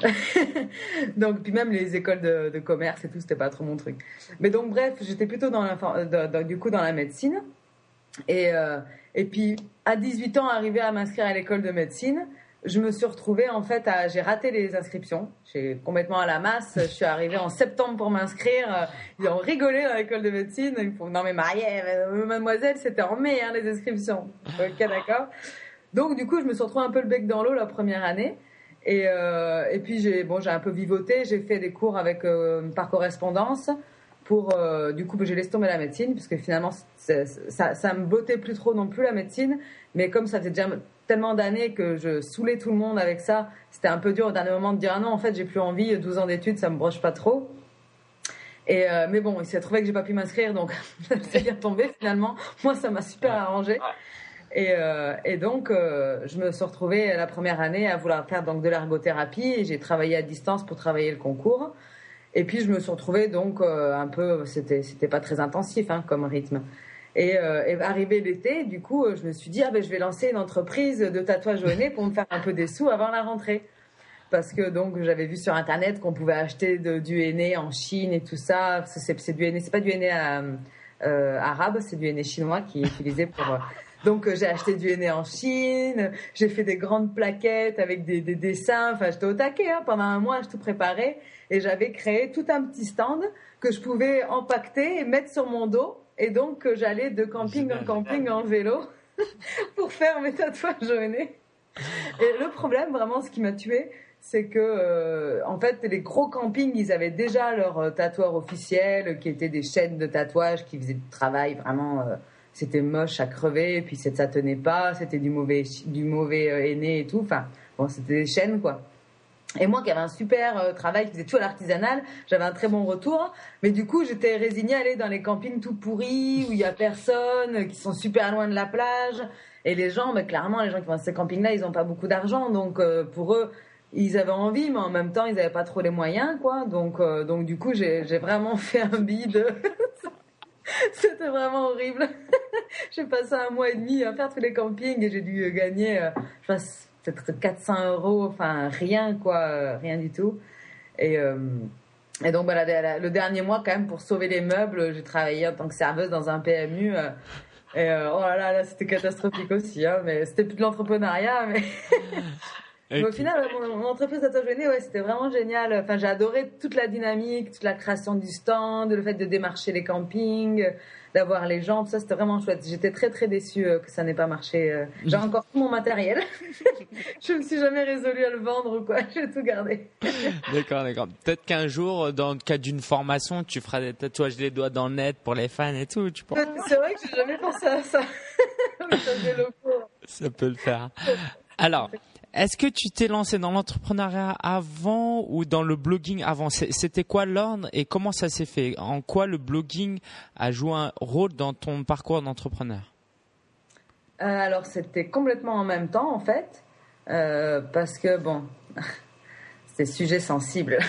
Donc, puis même les écoles de commerce et tout, c'était pas trop mon truc. Mais donc, bref, j'étais plutôt dans la médecine. Et puis, à 18 ans, arrivé à m'inscrire à l'école de médecine, je me suis retrouvée, en fait, j'ai raté les inscriptions. J'ai complètement à la masse. Je suis arrivée en septembre pour m'inscrire. Ils ont rigolé dans l'école de médecine. Ils font, non mais Marie-Ève, mademoiselle, c'était en mai, hein, les inscriptions. Ok, d'accord. Donc, du coup, je me suis retrouvée un peu le bec dans l'eau la première année. Et puis, j'ai un peu vivoté. J'ai fait des cours par correspondance. Du coup, j'ai laissé tomber la médecine, parce que finalement, ça me bottait plus trop non plus, la médecine. Mais comme ça faisait déjà tellement d'années que je saoulais tout le monde avec ça, c'était un peu dur au dernier moment de dire ah non, en fait, j'ai plus envie, 12 ans d'études, ça me broche pas trop. Mais bon, il s'est trouvé que j'ai pas pu m'inscrire, donc ça s'est bien tombé finalement. Moi, ça m'a super arrangé. Et donc, je me suis retrouvée la première année à vouloir faire donc de l'ergothérapie. Et j'ai travaillé à distance pour travailler le concours. Et puis, je me suis retrouvée donc un peu... C'était pas très intensif comme rythme. Et arrivé l'été, du coup, je me suis dit, je vais lancer une entreprise de tatouage au nez pour me faire un peu des sous avant la rentrée. Parce que donc j'avais vu sur internet qu'on pouvait acheter du henné en Chine et tout ça. C'est du henné, c'est pas du henné arabe, c'est du henné chinois qui est utilisé pour. Donc j'ai acheté du henné en Chine. J'ai fait des grandes plaquettes avec des dessins. Enfin, j'étais au taquet. Pendant un mois, je tout préparais et j'avais créé tout un petit stand que je pouvais empaqueter et mettre sur mon dos. Et donc j'allais de camping en camping en vélo pour faire mes tatouages au nez. Et le problème, vraiment, ce qui m'a tuée, c'est que, en fait, les gros campings, ils avaient déjà leur tatoueur officiel, qui étaient des chaînes de tatouage, qui faisaient du travail vraiment, c'était moche à crever, et puis ça tenait pas, c'était du mauvais henné et tout. Enfin, bon, c'était des chaînes, quoi. Et moi, qui avais un super travail, qui faisait tout à l'artisanal, j'avais un très bon retour. Mais du coup, j'étais résignée à aller dans les campings tout pourris, où il y a personne, qui sont super loin de la plage. Et les gens, clairement, les gens qui vont à ces campings-là, ils n'ont pas beaucoup d'argent. Donc, pour eux, ils avaient envie, mais en même temps, ils n'avaient pas trop les moyens, quoi. Donc du coup, j'ai vraiment fait un bide. C'était vraiment horrible. J'ai passé un mois et demi à faire tous les campings et j'ai dû gagner, je pense, peut-être 400 €. Enfin, rien, quoi. Rien du tout. Et donc, le dernier mois, quand même, pour sauver les meubles, j'ai travaillé en tant que serveuse dans un PMU. Et oh là, c'était catastrophique aussi. Mais c'était plus de l'entrepreneuriat, mais... Mais au final, mon entreprise tatouage au nez, c'était vraiment génial. Enfin, j'ai adoré toute la dynamique, toute la création du stand, le fait de démarcher les campings, d'avoir les gens, tout ça, c'était vraiment chouette. J'étais très très déçue que ça n'ait pas marché. J'ai encore tout mon matériel. Je me suis jamais résolue à le vendre ou quoi. J'ai tout gardé. D'accord. Peut-être qu'un jour, dans le cadre d'une formation, tu feras des tatouages des doigts dans le net pour les fans et tout. Tu penses? C'est vrai que j'ai jamais pensé à ça. Ça peut le faire. Alors, est-ce que tu t'es lancé dans l'entrepreneuriat avant ou dans le blogging avant? C'était quoi l'ordre et comment ça s'est fait? En quoi le blogging a joué un rôle dans ton parcours d'entrepreneur? Alors, c'était complètement en même temps, en fait, parce que, bon, c'est sujet sensible.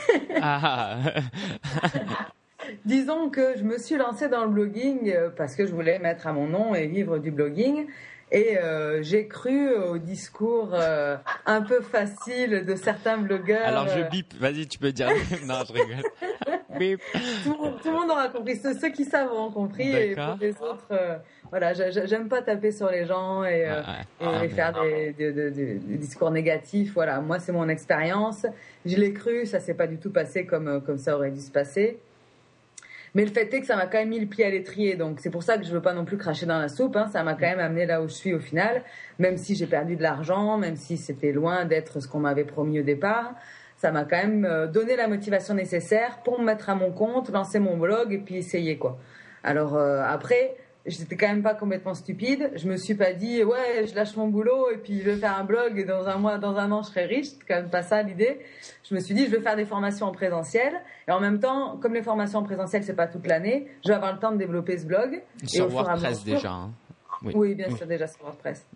Disons que je me suis lancée dans le blogging parce que je voulais mettre à mon nom et vivre du blogging. Et j'ai cru au discours un peu facile de certains blogueurs. Alors je bip, vas-y, tu peux dire. Non, je rigole. Bip. Tout le monde aura compris. Ceux qui savent auront compris. D'accord. Et pour les autres, voilà, j'aime pas taper sur les gens et faire des discours négatifs. Voilà, moi c'est mon expérience. Je l'ai cru, ça s'est pas du tout passé comme ça aurait dû se passer. Mais le fait est que ça m'a quand même mis le pied à l'étrier. Donc, c'est pour ça que je veux pas non plus cracher dans la soupe. Ça m'a quand même amené là où je suis au final. Même si j'ai perdu de l'argent, même si c'était loin d'être ce qu'on m'avait promis au départ. Ça m'a quand même donné la motivation nécessaire pour me mettre à mon compte, lancer mon blog et puis essayer, quoi. Alors, après, j'étais quand même pas complètement stupide. Je me suis pas dit, je lâche mon boulot et puis je vais faire un blog et dans un an, je serai riche. C'est quand même pas ça l'idée. Je me suis dit, je vais faire des formations en présentiel. Et en même temps, comme les formations en présentiel, c'est pas toute l'année, je vais avoir le temps de développer ce blog. Sur WordPress déjà. Oui, bien sûr, déjà sur WordPress.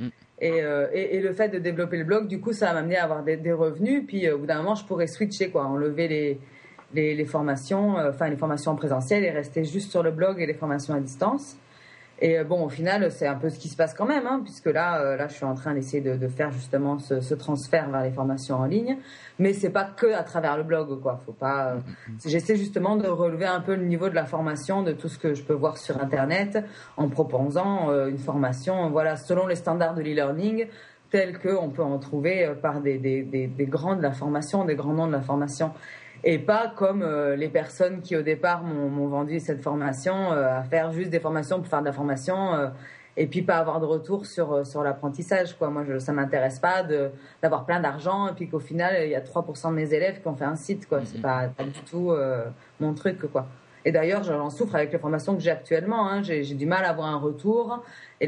Et le fait de développer le blog, du coup, ça m'a amené à avoir des revenus. Puis au bout d'un moment, je pourrais switcher, quoi, enlever les formations, les formations en présentiel et rester juste sur le blog et les formations à distance. Et bon, au final, c'est un peu ce qui se passe quand même, puisque là, je suis en train d'essayer de faire justement ce transfert vers les formations en ligne. Mais c'est pas que à travers le blog, quoi. Faut pas. J'essaie justement de relever un peu le niveau de la formation, de tout ce que je peux voir sur Internet, en proposant une formation, voilà, selon les standards de l'e-learning, tels qu'on peut en trouver par des grands de la formation, des grands noms de la formation. Et pas comme les personnes qui au départ m'ont vendu cette formation à faire juste des formations pour faire de la formation et puis pas avoir de retour sur l'apprentissage, quoi. Moi, ça m'intéresse pas d'avoir plein d'argent et puis qu'au final il y a 3% de mes élèves qui ont fait un site, quoi. C'est pas du tout mon truc, quoi. Et d'ailleurs, j'en souffre avec les formations que j'ai actuellement. J'ai du mal à avoir un retour.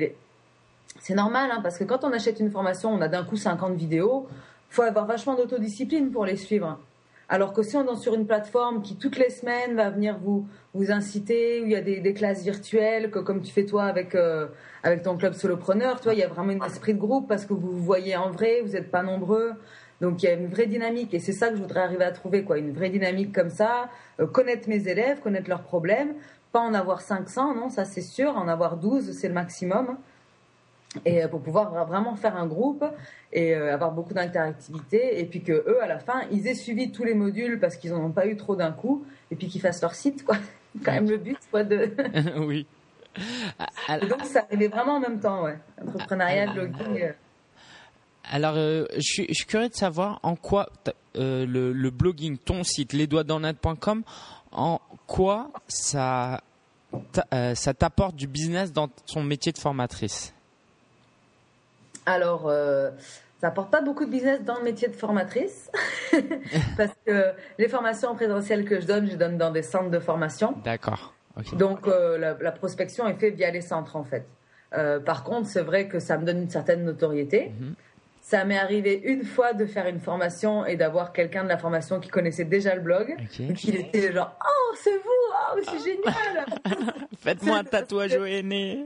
C'est normal, parce que quand on achète une formation, on a d'un coup 50 vidéos. Faut avoir vachement d'autodiscipline pour les suivre. Alors que si on est sur une plateforme qui toutes les semaines va venir vous inciter, où il y a des classes virtuelles, comme tu fais toi avec ton club solopreneur, toi, il y a vraiment un esprit de groupe parce que vous vous voyez en vrai, vous n'êtes pas nombreux. Donc il y a une vraie dynamique et c'est ça que je voudrais arriver à trouver, quoi, une vraie dynamique comme ça, connaître mes élèves, connaître leurs problèmes, pas en avoir 500, non, ça c'est sûr, en avoir 12, c'est le maximum. Et pour pouvoir vraiment faire un groupe et avoir beaucoup d'interactivité et puis que eux à la fin ils aient suivi tous les modules parce qu'ils en ont pas eu trop d'un coup et puis qu'ils fassent leur site, quoi. C'est quand même le but, quoi, de oui. Et donc ça arrivait vraiment en même temps, ouais. Entrepreneuriat, blogging. Alors, je suis curieux de savoir en quoi le blogging, ton site, lesdoigtsdanslenet.com, en quoi ça t'apporte du business dans ton métier de formatrice. Alors, ça apporte pas beaucoup de business dans le métier de formatrice parce que les formations présentielles que je donne dans des centres de formation. D'accord. Okay. Donc, la prospection est faite via les centres, en fait. Par contre, c'est vrai que ça me donne une certaine notoriété. Mm-hmm. Ça m'est arrivé une fois de faire une formation et d'avoir quelqu'un de la formation qui connaissait déjà le blog. Okay. Donc, il était genre « Oh, c'est vous! Oh, c'est génial !» Faites-moi un tatouage au henné.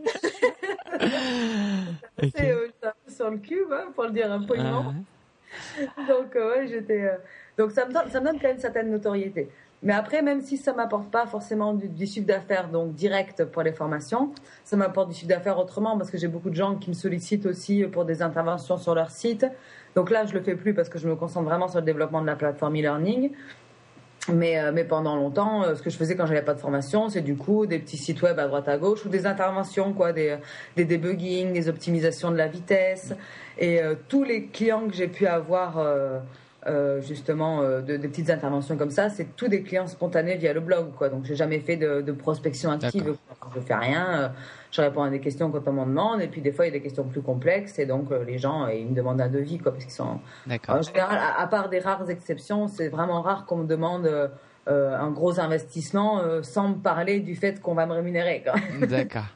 C'est un peu sur le cul, hein, pour le dire un peu poliment. Donc, donc ça me donne quand même une certaine notoriété. Mais après, même si ça m'apporte pas forcément du chiffre d'affaires donc direct pour les formations, ça m'apporte du chiffre d'affaires autrement parce que j'ai beaucoup de gens qui me sollicitent aussi pour des interventions sur leur site. Donc là, je le fais plus parce que je me concentre vraiment sur le développement de la plateforme e-learning. Mais pendant longtemps, ce que je faisais quand j'avais pas de formation, c'est du coup des petits sites web à droite à gauche ou des interventions, quoi, des debugging, des optimisations de la vitesse. Et tous les clients que j'ai pu avoir justement des petites interventions comme ça, c'est tous des clients spontanés via le blog, quoi. Donc j'ai jamais fait de prospection active. Je fais rien, je réponds à des questions quand on m'en demande et puis des fois il y a des questions plus complexes et donc les gens ils me demandent un devis, quoi, parce qu'ils sont en général, à part des rares exceptions, c'est vraiment rare qu'on me demande un gros investissement sans me parler du fait qu'on va me rémunérer, quoi. D'accord.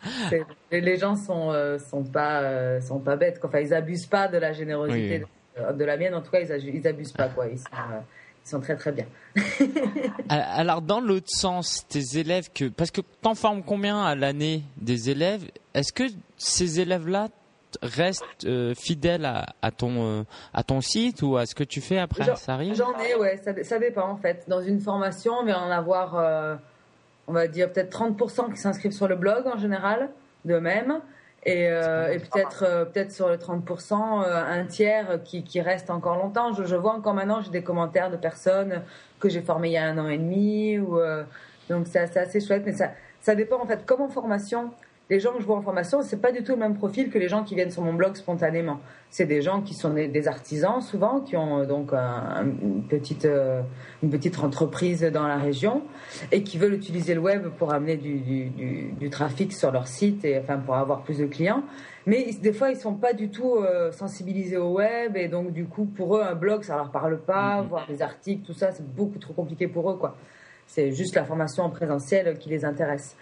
Les gens sont pas bêtes, quoi. Enfin, ils abusent pas de la générosité. Oui. De la mienne, en tout cas, ils abusent pas, quoi. Ils sont très très bien. Alors, dans l'autre sens, tes élèves, parce que t'en formes combien à l'année des élèves, est-ce que ces élèves-là restent fidèles à ton site ou à ce que tu fais après? Ça arrive? J'en ai, ouais, ça dépend en fait. Dans une formation, on va en avoir, on va dire peut-être 30% qui s'inscrivent sur le blog en général, d'eux-mêmes. Et peut-être sur les 30%, un tiers qui reste encore longtemps. Je vois encore maintenant, j'ai des commentaires de personnes que j'ai formées il y a 1 an et demi. Donc c'est assez chouette, mais ça dépend en fait. Comme en formation, les gens que je vois en formation, c'est pas du tout le même profil que les gens qui viennent sur mon blog spontanément. C'est des gens qui sont des artisans souvent, qui ont donc une petite entreprise dans la région et qui veulent utiliser le web pour amener du trafic sur leur site et enfin pour avoir plus de clients. Mais des fois, ils sont pas du tout sensibilisés au web et donc du coup, pour eux, un blog, ça leur parle pas. Voir des articles, tout ça, c'est beaucoup trop compliqué pour eux, quoi. C'est juste la formation en présentiel qui les intéresse.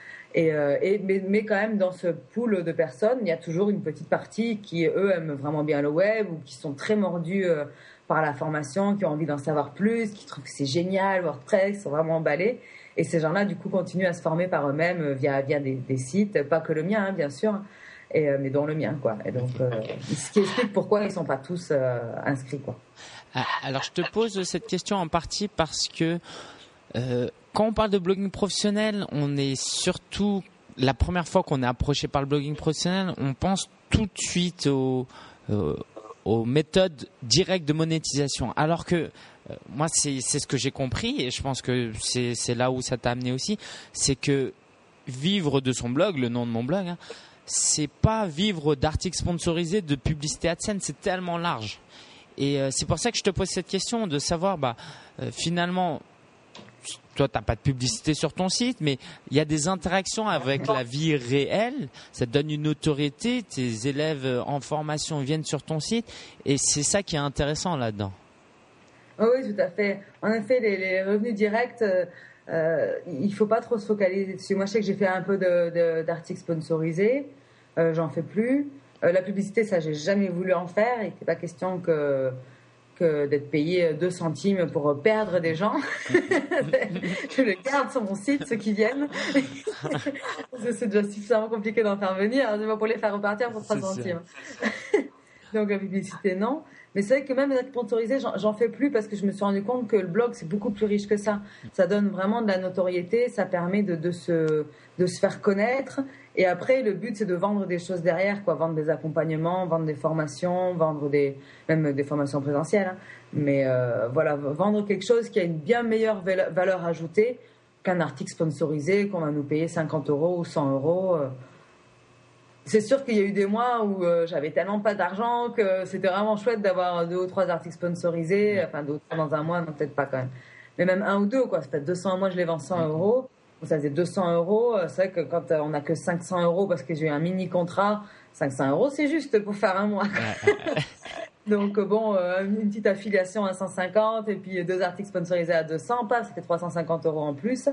Mais quand même, dans ce pool de personnes, il y a toujours une petite partie qui, eux, aiment vraiment bien le web ou qui sont très mordus par la formation, qui ont envie d'en savoir plus, qui trouvent que c'est génial, WordPress, qui sont vraiment emballés. Et ces gens-là, du coup, continuent à se former par eux-mêmes via des sites, pas que le mien, hein, bien sûr, mais dont le mien, quoi. Et donc, ce qui explique pourquoi ils ne sont pas tous inscrits, quoi. Alors, je te pose cette question en partie parce que quand on parle de blogging professionnel, on est surtout, la première fois qu'on est approché par le blogging professionnel, on pense tout de suite aux méthodes directes de monétisation. Alors que moi, c'est ce que j'ai compris et je pense que c'est là où ça t'a amené aussi, c'est que vivre de son blog, le nom de mon blog, hein, c'est pas vivre d'articles sponsorisés, de publicité AdSense, c'est tellement large. Et c'est pour ça que je te pose cette question de savoir, finalement, toi, tu n'as pas de publicité sur ton site, mais il y a des interactions avec la vie réelle. Ça te donne une notoriété. Tes élèves en formation viennent sur ton site. Et c'est ça qui est intéressant là-dedans. Oui, tout à fait. En effet, les revenus directs, il ne faut pas trop se focaliser dessus. Moi, je sais que j'ai fait un peu d'articles sponsorisés. J'en fais plus. La publicité, ça, j'ai jamais voulu en faire. Il n'était pas question que que d'être payé 2 centimes pour perdre des gens. Je le garde sur mon site, ceux qui viennent. C'est déjà suffisamment compliqué d'en faire venir. C'est pas pour les faire repartir pour 3 centimes. Donc la publicité, non. Mais c'est vrai que même être sponsorisé, j'en fais plus parce que je me suis rendu compte que le blog, c'est beaucoup plus riche que ça. Ça donne vraiment de la notoriété, ça permet de se faire connaître. Et après, le but, c'est de vendre des choses derrière, quoi. Vendre des accompagnements, vendre des formations, même des formations présentielles. Hein. Mais voilà, vendre quelque chose qui a une bien meilleure valeur ajoutée qu'un article sponsorisé qu'on va nous payer 50 € ou 100 €. C'est sûr qu'il y a eu des mois où j'avais tellement pas d'argent que c'était vraiment chouette d'avoir 2 ou 3 articles sponsorisés. Enfin, 2 ou 3 dans un mois, non, peut-être pas quand même. Mais même 1 ou 2, quoi. Ça fait 200, moi je les vends 100 €. Ça faisait 200 €. C'est vrai que quand on n'a que 500 € parce que j'ai eu un mini contrat, 500 € c'est juste pour faire un mois. Donc bon, une petite affiliation à 150 et puis 2 articles sponsorisés à 200, ça fait 350 € en plus.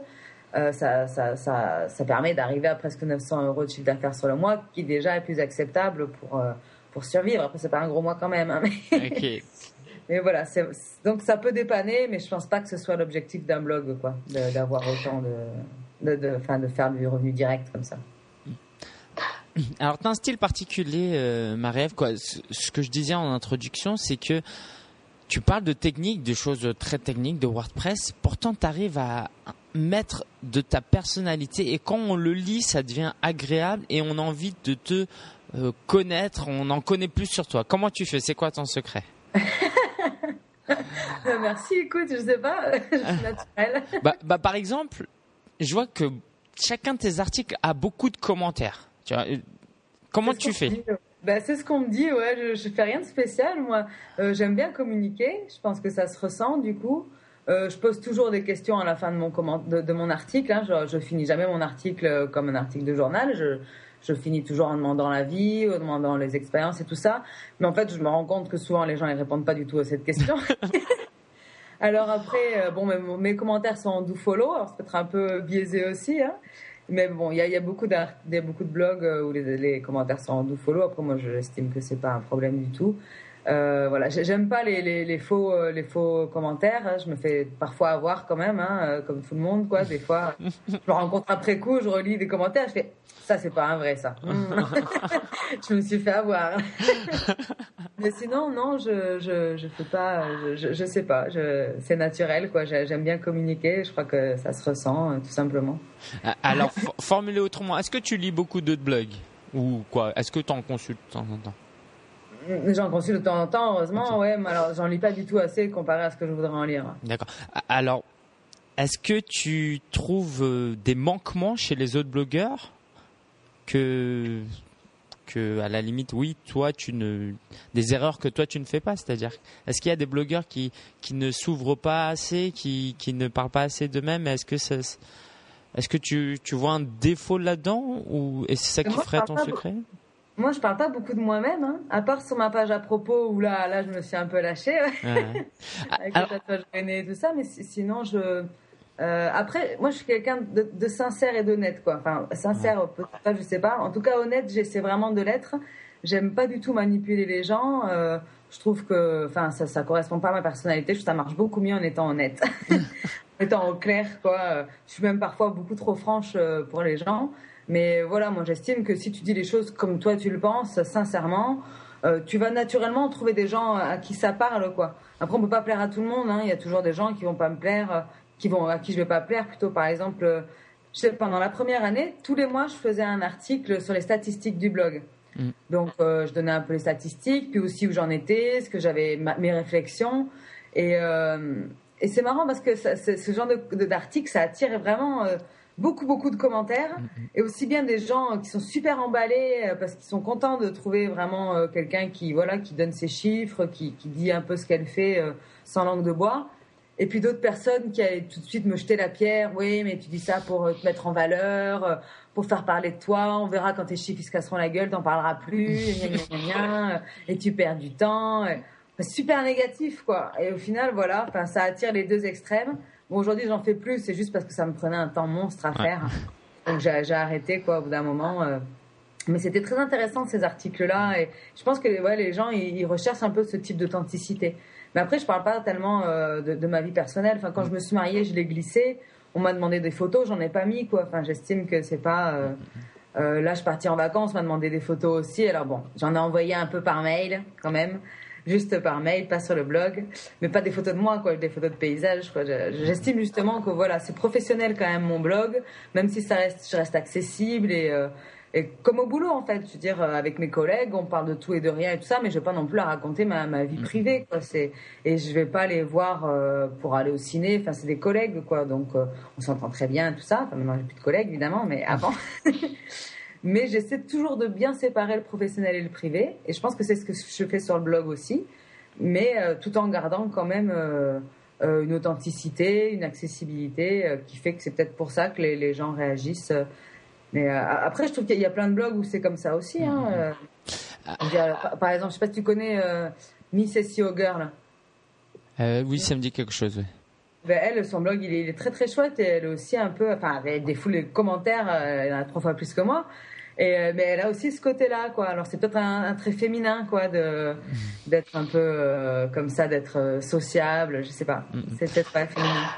Ça permet d'arriver à presque 900 € de chiffre d'affaires sur le mois, qui déjà est plus acceptable pour survivre. Après, c'est pas un gros mois quand même. Hein, mais... Okay. Mais voilà, donc ça peut dépanner, mais je pense pas que ce soit l'objectif d'un blog, quoi, d'avoir autant de faire du revenu direct comme ça. Alors, tu as un style particulier, Marie-Ève, quoi. Ce que je disais en introduction, c'est que tu parles de techniques, de choses très techniques de WordPress. Pourtant, tu arrives à mettre de ta personnalité et quand on le lit, ça devient agréable et on a envie de te connaître, on en connaît plus sur toi. Comment tu fais? C'est quoi ton secret? Merci, écoute, je sais pas, je suis naturelle. Par exemple, je vois que chacun de tes articles a beaucoup de commentaires. Tu vois, comment tu fais? C'est ce qu'on me dit, ouais, je fais rien de spécial, moi. J'aime bien communiquer, je pense que ça se ressent du coup. Je pose toujours des questions à la fin de mon article. Hein. Je finis jamais mon article comme un article de journal. Je finis toujours en demandant l'avis, en demandant les expériences et tout ça. Mais en fait, je me rends compte que souvent les gens ils répondent pas du tout à cette question. Alors après, mes commentaires sont en do follow. Alors c'est peut-être un peu biaisé aussi, hein. Mais bon, il y a beaucoup de blogs où les commentaires sont en do follow. Après, moi, j'estime que c'est pas un problème du tout. Voilà, j'aime pas les faux commentaires. Je me fais parfois avoir quand même, hein, comme tout le monde, quoi. Des fois, je me rencontre après coup, je relis des commentaires, je fais ça, c'est pas un vrai, ça. Je me suis fait avoir. Mais sinon, non, je fais pas. Je sais pas. C'est naturel, quoi. J'aime bien communiquer. Je crois que ça se ressent, tout simplement. Alors, formulé autrement, est-ce que tu lis beaucoup d'autres blogs ou quoi? Est-ce que tu en consultes de temps en temps? J'en consulte de temps en temps, heureusement, ouais, mais alors j'en lis pas du tout assez comparé à ce que je voudrais en lire. D'accord. Alors, est-ce que tu trouves des manquements chez les autres blogueurs que à la limite, oui, toi, des erreurs que toi tu ne fais pas, c'est-à-dire, est-ce qu'il y a des blogueurs qui ne s'ouvrent pas assez, qui ne parlent pas assez d'eux-mêmes? Est-ce que tu vois un défaut là-dedans ou est-ce ça qui ferait ton secret? Moi, je parle pas beaucoup de moi-même, hein, à part sur ma page à propos où là, je me suis un peu lâchée, ouais. Avec le tatouage veiné et tout ça, mais sinon, après, moi, je suis quelqu'un de sincère et d'honnête, quoi. Enfin, sincère, peut-être pas, je sais pas. En tout cas, honnête, j'essaie vraiment de l'être. J'aime pas du tout manipuler les gens. Je trouve que, enfin, ça correspond pas à ma personnalité. Je trouve que ça marche beaucoup mieux en étant honnête, en étant au clair, quoi. Je suis même parfois beaucoup trop franche pour les gens. Mais voilà, moi j'estime que si tu dis les choses comme toi tu le penses, sincèrement, tu vas naturellement trouver des gens à qui ça parle, quoi. Après, on peut pas plaire à tout le monde, hein. Il y a toujours des gens qui vont pas me plaire, à qui je vais pas plaire. Plutôt, par exemple, pendant la première année, tous les mois, je faisais un article sur les statistiques du blog. Donc, je donnais un peu les statistiques, puis aussi où j'en étais, ce que j'avais, mes réflexions. Et c'est marrant parce que ce genre d'article, ça attire vraiment beaucoup de commentaires, et aussi bien des gens qui sont super emballés parce qu'ils sont contents de trouver vraiment quelqu'un qui donne ses chiffres, qui dit un peu ce qu'elle fait sans langue de bois, et puis d'autres personnes qui allaient tout de suite me jeter la pierre. Oui, mais tu dis ça pour te mettre en valeur, pour faire parler de toi, on verra quand tes chiffres ils se casseront la gueule, t'en parleras plus, et tu perds du temps. Super négatif, quoi. Et au final, voilà, ça attire les deux extrêmes. Bon, aujourd'hui, j'en fais plus, c'est juste parce que ça me prenait un temps monstre à faire. Donc, j'ai arrêté, quoi, au bout d'un moment. Mais c'était très intéressant, ces articles-là. Et je pense que les gens, ils recherchent un peu ce type d'authenticité. Mais après, je parle pas tellement de ma vie personnelle. Enfin, quand je me suis mariée, je l'ai glissé. On m'a demandé des photos, j'en ai pas mis, quoi. Enfin, j'estime que c'est pas... là, je suis partie en vacances, on m'a demandé des photos aussi. Alors bon, j'en ai envoyé un peu par mail, quand même. Juste par mail, pas sur le blog. Mais pas des photos de moi, quoi. Des photos de paysages, quoi. J'estime justement que voilà, c'est professionnel quand même, mon blog. Même si je reste accessible et comme au boulot, en fait. Je veux dire, avec mes collègues, on parle de tout et de rien et tout ça, mais je vais pas non plus à raconter ma vie privée, quoi. Et je vais pas les voir pour aller au ciné. Enfin, c'est des collègues, quoi. Donc, on s'entend très bien, tout ça. Enfin, maintenant, j'ai plus de collègues, évidemment, mais avant. Mais j'essaie toujours de bien séparer le professionnel et le privé. Et je pense que c'est ce que je fais sur le blog aussi. Mais tout en gardant quand même une authenticité, une accessibilité qui fait que c'est peut-être pour ça que les gens réagissent. Mais après, je trouve qu'il y a plein de blogs où c'est comme ça aussi. Hein. Par exemple, je sais pas si tu connais Miss SEO Girl. Oui, ça me dit quelque chose. Oui. Ben elle, son blog, il est très très chouette et elle est aussi un peu, enfin, elle défoule les commentaires, elle en a 3 fois plus que moi. Mais elle a aussi ce côté-là, quoi. Alors c'est peut-être un trait féminin, quoi, d'être un peu comme ça, d'être sociable. Je sais pas. C'est peut-être pas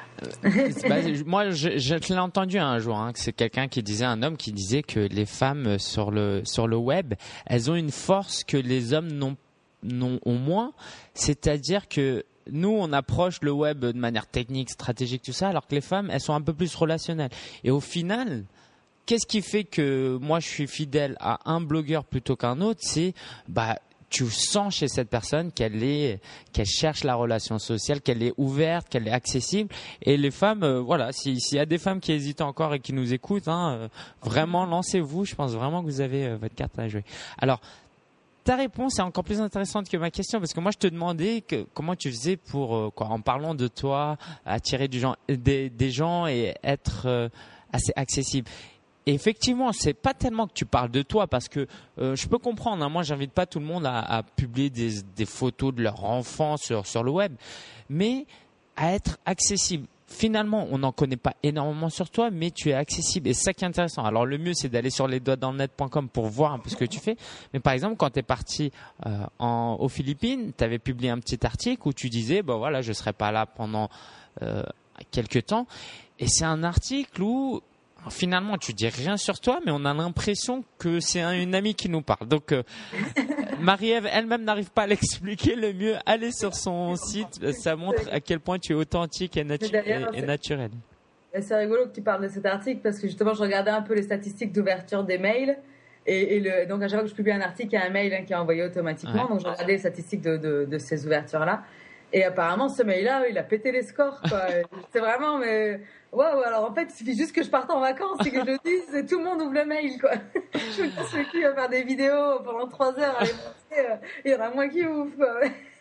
féminin. Moi, je l'ai entendu un jour. Hein, que c'est quelqu'un qui disait, un homme qui disait que les femmes sur le web, elles ont une force que les hommes ont moins. C'est-à-dire que nous, on approche le web de manière technique, stratégique, tout ça, alors que les femmes, elles sont un peu plus relationnelles. Et au final, qu'est-ce qui fait que moi, je suis fidèle à un blogueur plutôt qu'un autre? C'est, tu sens chez cette personne qu'elle cherche la relation sociale, qu'elle est ouverte, qu'elle est accessible. Et les femmes, voilà, s'il y a des femmes qui hésitent encore et qui nous écoutent, vraiment, lancez-vous. Je pense vraiment que vous avez votre carte à jouer. Alors, ta réponse est encore plus intéressante que ma question parce que moi je te demandais comment tu faisais pour en parlant de toi attirer des gens et être assez accessible. Et effectivement, c'est pas tellement que tu parles de toi parce que je peux comprendre. Hein, moi, j'invite pas tout le monde à publier des photos de leur enfant sur le web, mais à être accessible. Finalement, on n'en connaît pas énormément sur toi, mais tu es accessible. Et c'est ça qui est intéressant. Alors, le mieux, c'est d'aller sur lesdoigtsdanslenet.com pour voir un peu ce que tu fais. Mais par exemple, quand tu es parti aux Philippines, tu avais publié un petit article où tu disais, voilà, je ne serai pas là pendant quelques temps. Et c'est un article où finalement, tu dis rien sur toi, mais on a l'impression que c'est une amie qui nous parle. Donc, Marie-Ève elle-même n'arrive pas à l'expliquer le mieux. Allez sur son site, ça montre à quel point tu es authentique et naturel. C'est rigolo que tu parles de cet article parce que justement, je regardais un peu les statistiques d'ouverture des mails. Donc, à chaque fois que je publie un article, il y a un mail qui est envoyé automatiquement. Ouais. Donc, je regardais les statistiques de ces ouvertures-là. Et apparemment, ce mail-là, il a pété les scores, quoi. C'est vraiment, mais... Waouh, alors en fait, il suffit juste que je parte en vacances et que je le dise et tout le monde ouvre le mail, quoi. Je me dis, c'est qui va faire des vidéos pendant 3 heures à les montrer, il y en a moins qui ouvrent, quoi.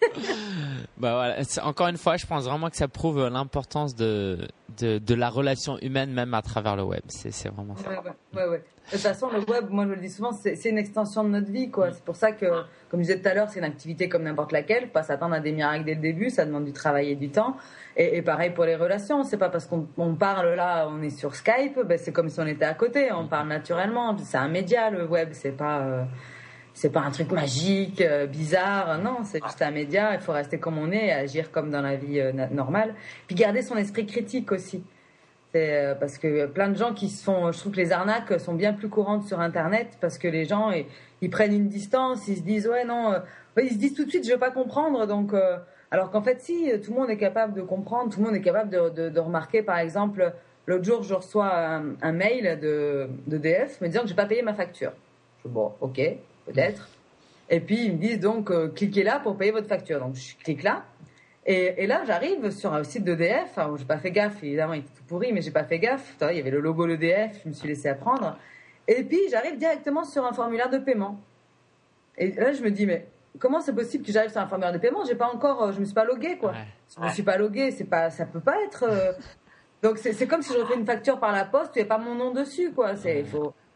Voilà. Encore une fois, je pense vraiment que ça prouve l'importance de la relation humaine, même à travers le web. C'est vraiment ça. Ouais. De toute façon, le web, moi je le dis souvent, c'est une extension de notre vie, quoi. C'est pour ça que, comme je disais tout à l'heure, c'est une activité comme n'importe laquelle. Faut pas s'attendre à des miracles dès le début, ça demande du travail et du temps. Et pareil pour les relations, c'est pas parce qu'on parle là, on est sur Skype, c'est comme si on était à côté, on parle naturellement. C'est un média, le web, c'est pas un truc magique, bizarre. Non, c'est juste un média. Il faut rester comme on est et agir comme dans la vie normale. Puis garder son esprit critique aussi. C'est parce que plein de gens je trouve que les arnaques sont bien plus courantes sur Internet parce que les gens ils prennent une distance, ils se disent ils se disent tout de suite je veux pas comprendre donc. Alors qu'en fait, si, tout le monde est capable de comprendre, tout le monde est capable de remarquer, par exemple, l'autre jour, je reçois un mail d'EDF me disant que j'ai pas payé ma facture. Bon, ok, peut-être. Et puis, ils me disent donc, cliquez là pour payer votre facture. Donc, je clique là. Et là, j'arrive sur un site d'EDF. Alors, j'ai pas fait gaffe, évidemment, il était tout pourri, mais j'ai pas fait gaffe. Il y avait le logo d'EDF, je me suis laissé apprendre. Et puis, j'arrive directement sur un formulaire de paiement. Et là, je me dis, mais... comment c'est possible que j'arrive sur un formulaire de paiement? Je me suis pas logué, quoi. Je me suis pas logué, ça peut pas être. Donc c'est comme si je refais une facture par la poste où il n'y a pas mon nom dessus, quoi.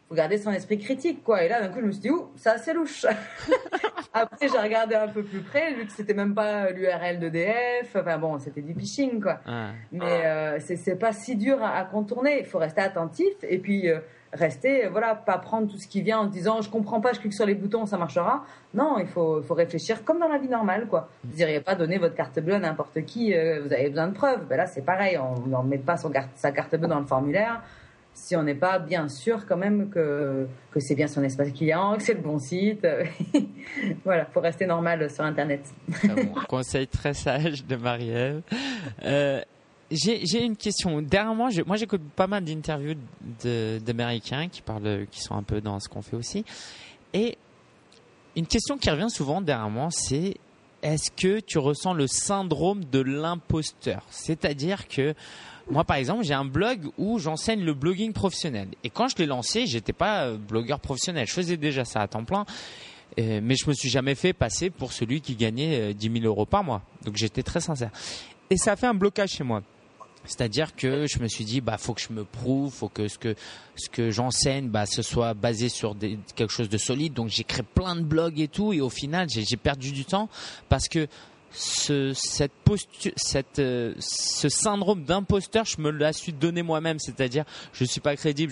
faut garder son esprit critique, quoi. Et là, d'un coup, je me suis dit, c'est assez louche. Après, j'ai regardé un peu plus près, vu que c'était même pas l'URL d'EDF. Enfin bon, c'était du phishing, quoi. Mais c'est pas si dur à contourner. Il faut rester attentif et puis rester, pas prendre tout ce qui vient en se disant, je comprends pas, je clique sur les boutons, ça marchera. Non, il faut réfléchir comme dans la vie normale, quoi. Vous diriez pas donner votre carte bleue à n'importe qui, vous avez besoin de preuves. Ben là, c'est pareil, on ne met pas sa carte bleue dans le formulaire si on n'est pas bien sûr quand même que c'est bien son espace client, que c'est le bon site. Voilà, faut rester normal sur Internet. Conseil très sage de Marie-Ève. J'ai une question. Dernièrement, moi j'écoute pas mal d'interviews d'Américains qui sont un peu dans ce qu'on fait aussi. Et une question qui revient souvent dernièrement, c'est est-ce que tu ressens le syndrome de l'imposteur? C'est-à-dire que moi, par exemple, j'ai un blog où j'enseigne le blogging professionnel. Et quand je l'ai lancé, j'étais pas blogueur professionnel. Je faisais déjà ça à temps plein. Mais je me suis jamais fait passer pour celui qui gagnait 10 000 € par mois. Donc, j'étais très sincère. Et ça a fait un blocage chez moi. C'est-à-dire que je me suis dit, faut que je me prouve, faut que ce que j'enseigne, ce soit basé sur quelque chose de solide. Donc, j'ai créé plein de blogs et tout. Et au final, j'ai perdu du temps parce que ce syndrome d'imposteur, je me l'ai su donner moi-même, c'est-à-dire je suis pas crédible.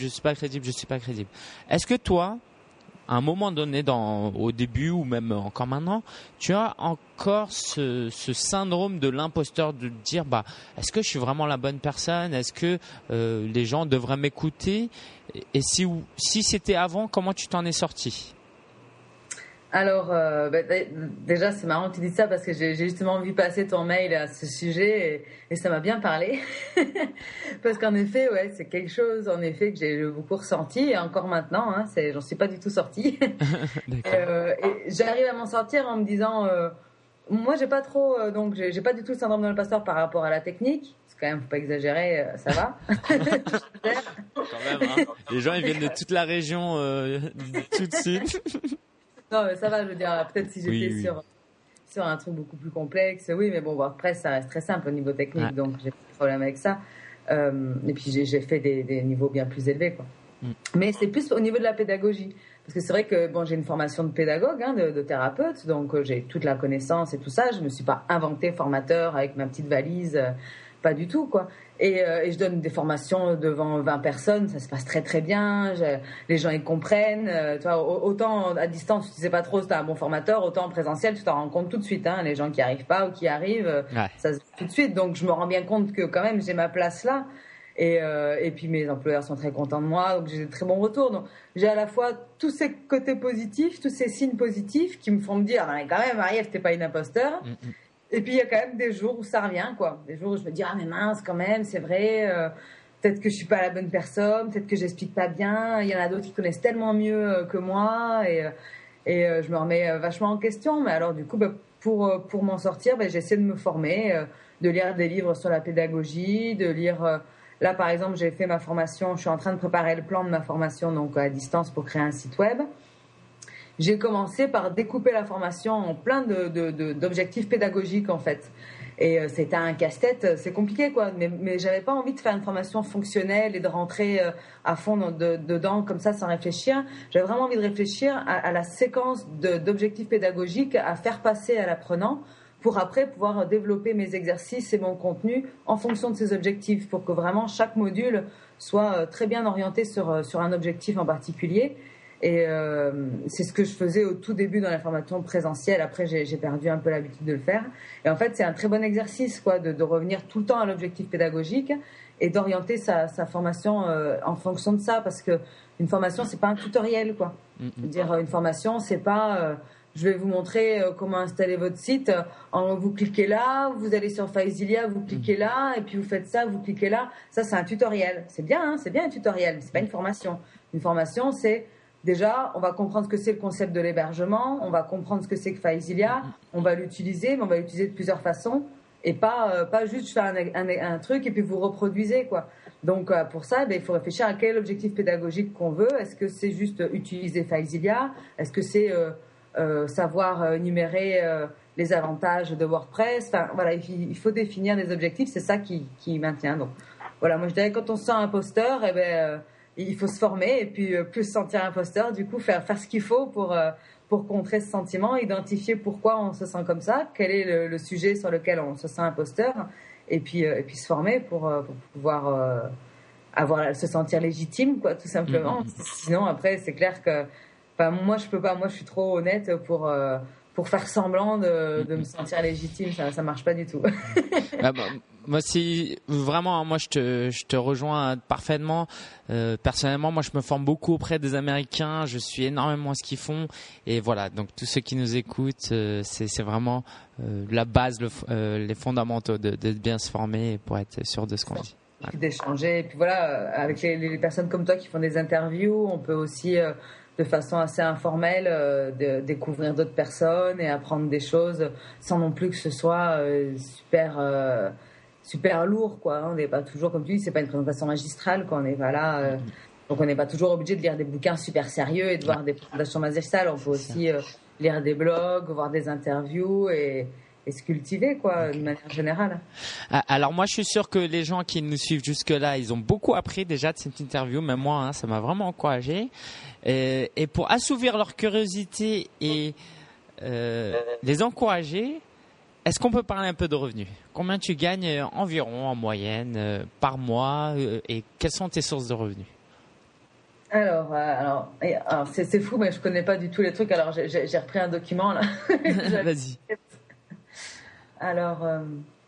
Est-ce que toi, à un moment donné, au début ou même encore maintenant, tu as encore ce syndrome de l'imposteur de dire est-ce que je suis vraiment la bonne personne? Est-ce que les gens devraient m'écouter? Et si c'était avant, comment tu t'en es sorti? Alors, déjà, c'est marrant que tu dises ça parce que j'ai justement vu passer ton mail à ce sujet et ça m'a bien parlé. Parce qu'en effet, c'est quelque chose en effet que j'ai beaucoup ressenti et encore maintenant, j'en suis pas du tout sortie. Et j'arrive à m'en sortir en me disant, moi, j'ai pas trop, donc j'ai pas du tout le syndrome de l'imposteur par rapport à la technique. Parce que quand même, faut pas exagérer, ça va. Quand même, Les gens, ils viennent de toute la région tout de suite. Non, mais ça va, je veux dire, peut-être si j'étais sur un truc beaucoup plus complexe, oui, mais bon, WordPress, ça reste très simple au niveau technique, donc j'ai pas de problème avec ça. Et puis, j'ai fait des niveaux bien plus élevés, quoi. Mais c'est plus au niveau de la pédagogie. Parce que c'est vrai que, j'ai une formation de pédagogue, de thérapeute, donc j'ai toute la connaissance et tout ça. Je me suis pas inventé formateur avec ma petite valise, pas du tout, quoi. Et je donne des formations devant 20 personnes, ça se passe très très bien, les gens ils comprennent, tu vois, autant à distance tu sais pas trop si t'as un bon formateur, autant en présentiel tu t'en rends compte tout de suite, les gens qui arrivent pas ou qui arrivent, ça se voit tout de suite, donc je me rends bien compte que quand même j'ai ma place là, et puis mes employeurs sont très contents de moi, donc j'ai des très bons retours, donc j'ai à la fois tous ces côtés positifs, tous ces signes positifs qui me font me dire, quand même Marie-Ève t'es pas une imposteur. Et puis, il y a quand même des jours où ça revient, quoi. Des jours où je me dis, mais mince, quand même, c'est vrai, peut-être que je suis pas la bonne personne, peut-être que j'explique pas bien. Il y en a d'autres qui connaissent tellement mieux que moi et je me remets vachement en question. Mais alors, du coup, pour m'en sortir, j'essaie de me former, de lire des livres sur la pédagogie, de lire... là, par exemple, j'ai fait ma formation, je suis en train de préparer le plan de ma formation, donc à distance pour créer un site web. J'ai commencé par découper la formation en plein d'objectifs pédagogiques, en fait. Et c'était un casse-tête, c'est compliqué, quoi. Mais j'avais pas envie de faire une formation fonctionnelle et de rentrer à fond dedans comme ça sans réfléchir. J'avais vraiment envie de réfléchir à la séquence d'objectifs pédagogiques à faire passer à l'apprenant pour après pouvoir développer mes exercices et mon contenu en fonction de ces objectifs pour que vraiment chaque module soit très bien orienté sur un objectif en particulier. Et c'est ce que je faisais au tout début dans la formation présentielle. Après, j'ai perdu un peu l'habitude de le faire. Et en fait, c'est un très bon exercice, quoi, de revenir tout le temps à l'objectif pédagogique et d'orienter sa formation en fonction de ça. Parce que une formation, c'est pas un tutoriel, quoi. Dire une formation, c'est pas je vais vous montrer comment installer votre site. Vous cliquez là, vous allez sur Filezilia, vous cliquez là, et puis vous faites ça, vous cliquez là. Ça, c'est un tutoriel. C'est bien un tutoriel, mais c'est pas une formation. Une formation, c'est déjà, on va comprendre ce que c'est le concept de l'hébergement, on va comprendre ce que c'est que Filezilia, on va l'utiliser, mais on va l'utiliser de plusieurs façons, et pas juste faire un truc et puis vous reproduisez, quoi. Donc pour ça, il faut réfléchir à quel est l'objectif pédagogique qu'on veut. Est-ce que c'est juste utiliser Filezilia? Est-ce que c'est savoir énumérer les avantages de WordPress? Enfin, voilà, il faut définir des objectifs, c'est ça qui maintient. Donc voilà, moi je dirais quand on se sent imposteur, il faut se former et puis plus se sentir imposteur, du coup faire ce qu'il faut pour contrer ce sentiment, identifier pourquoi on se sent comme ça, quel est le sujet sur lequel on se sent imposteur, et puis se former pour pouvoir se sentir légitime, quoi, tout simplement. Sinon, après, c'est clair que, moi, je peux pas. Moi, je suis trop honnête pour faire semblant de me sentir légitime. Ça marche pas du tout. Moi, si vraiment, moi, je te rejoins parfaitement. Personnellement, moi, je me forme beaucoup auprès des Américains. Je suis énormément à ce qu'ils font. Et voilà. Donc, tous ceux qui nous écoutent, c'est vraiment la base, les fondamentaux de bien se former pour être sûr de ce qu'on dit. D'échanger. Et puis voilà, avec les personnes comme toi qui font des interviews, on peut aussi, de façon assez informelle, découvrir d'autres personnes et apprendre des choses sans non plus que ce soit super lourd, quoi. On n'est pas toujours, comme tu dis, c'est pas une présentation magistrale, quoi. On n'est pas là, donc on n'est pas toujours obligé de lire des bouquins super sérieux et de voir des présentations magistrales. On peut aussi lire des blogs, voir des interviews et se cultiver, quoi, de manière générale. Alors moi, je suis sûr que les gens qui nous suivent jusque-là, ils ont beaucoup appris déjà de cette interview. Même moi, ça m'a vraiment encouragé. Et pour assouvir leur curiosité et les encourager, est-ce qu'on peut parler un peu de revenus ? Combien tu gagnes environ en moyenne par mois et quelles sont tes sources de revenus ? Alors c'est fou, mais je connais pas du tout les trucs. Alors j'ai repris un document là. Vas-y. Alors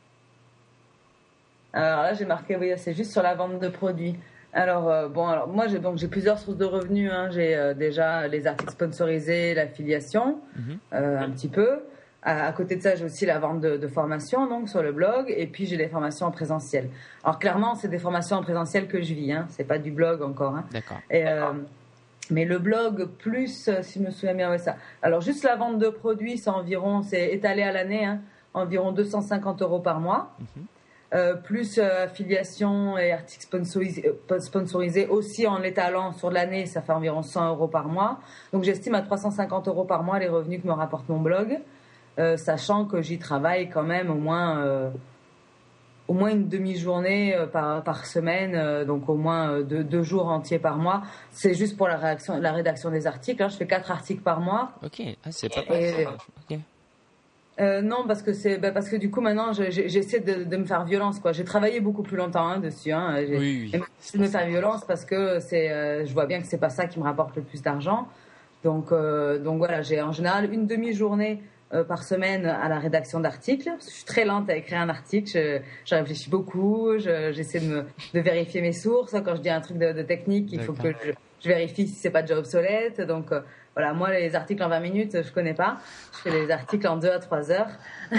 là, j'ai marqué, oui, c'est juste sur la vente de produits. Alors moi, j'ai plusieurs sources de revenus. J'ai déjà les articles sponsorisés, l'affiliation, un petit peu. À côté de ça, j'ai aussi la vente de formations, donc sur le blog, et puis j'ai les formations en présentiel. Alors clairement, c'est des formations en présentiel que je vis. C'est pas du blog encore. D'accord. Mais le blog plus, si je me souviens bien, ouais, ça. Alors juste la vente de produits, c'est étalé à l'année. Environ 250 € par mois, plus affiliation et articles sponsorisés aussi en l'étalant sur l'année, ça fait environ 100 € par mois. Donc j'estime à 350 € par mois les revenus que me rapporte mon blog, sachant que j'y travaille quand même au moins une demi-journée par semaine, donc au moins deux jours entiers par mois. C'est juste pour la rédaction des articles. Je fais 4 articles par mois. Ok, c'est pas mal. Okay. Non, parce que du coup maintenant j'essaie de me faire violence, quoi. J'ai travaillé beaucoup plus longtemps dessus. Oui. J'essaie de me faire violence parce que je vois bien que c'est pas ça qui me rapporte le plus d'argent. Donc voilà, j'ai en général une demi-journée par semaine à la rédaction d'articles. Je suis très lente à écrire un article. Je réfléchis beaucoup. J'essaie de vérifier mes sources. Quand je dis un truc de technique, il faut que je vérifie si c'est pas déjà obsolète. Donc voilà, moi, les articles en 20 minutes, je connais pas. Je fais les articles en 2 à 3 heures.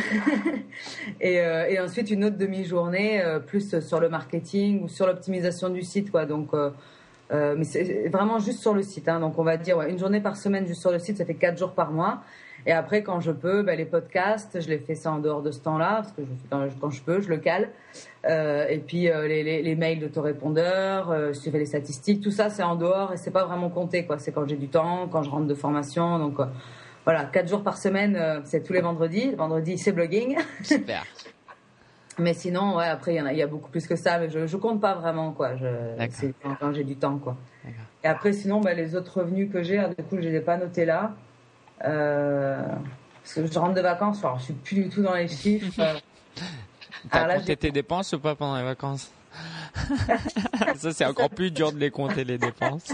et ensuite, une autre demi-journée, plus sur le marketing ou sur l'optimisation du site, quoi. Donc, mais c'est vraiment juste sur le site. Donc, on va dire une journée par semaine juste sur le site, ça fait 4 jours par mois. Et après, quand je peux, les podcasts, je les fais ça en dehors de ce temps-là, parce que quand je peux, je le cale. Et puis les mails d'autorépondeurs, je fais les statistiques, tout ça c'est en dehors et c'est pas vraiment compté, quoi. C'est quand j'ai du temps, quand je rentre de formation. Donc voilà, 4 jours par semaine, c'est tous les vendredis. Le vendredi c'est blogging. Super. Mais sinon, ouais, après il y a beaucoup plus que ça, mais je compte pas vraiment, quoi. C'est quand j'ai du temps, quoi. D'accord. Et après sinon, les autres revenus que j'ai, du coup je les ai pas notés là. Parce que je rentre de vacances, alors je suis plus du tout dans les chiffres. T'as compté tes dépenses ou pas pendant les vacances? Ça, c'est encore plus dur de les compter, les dépenses.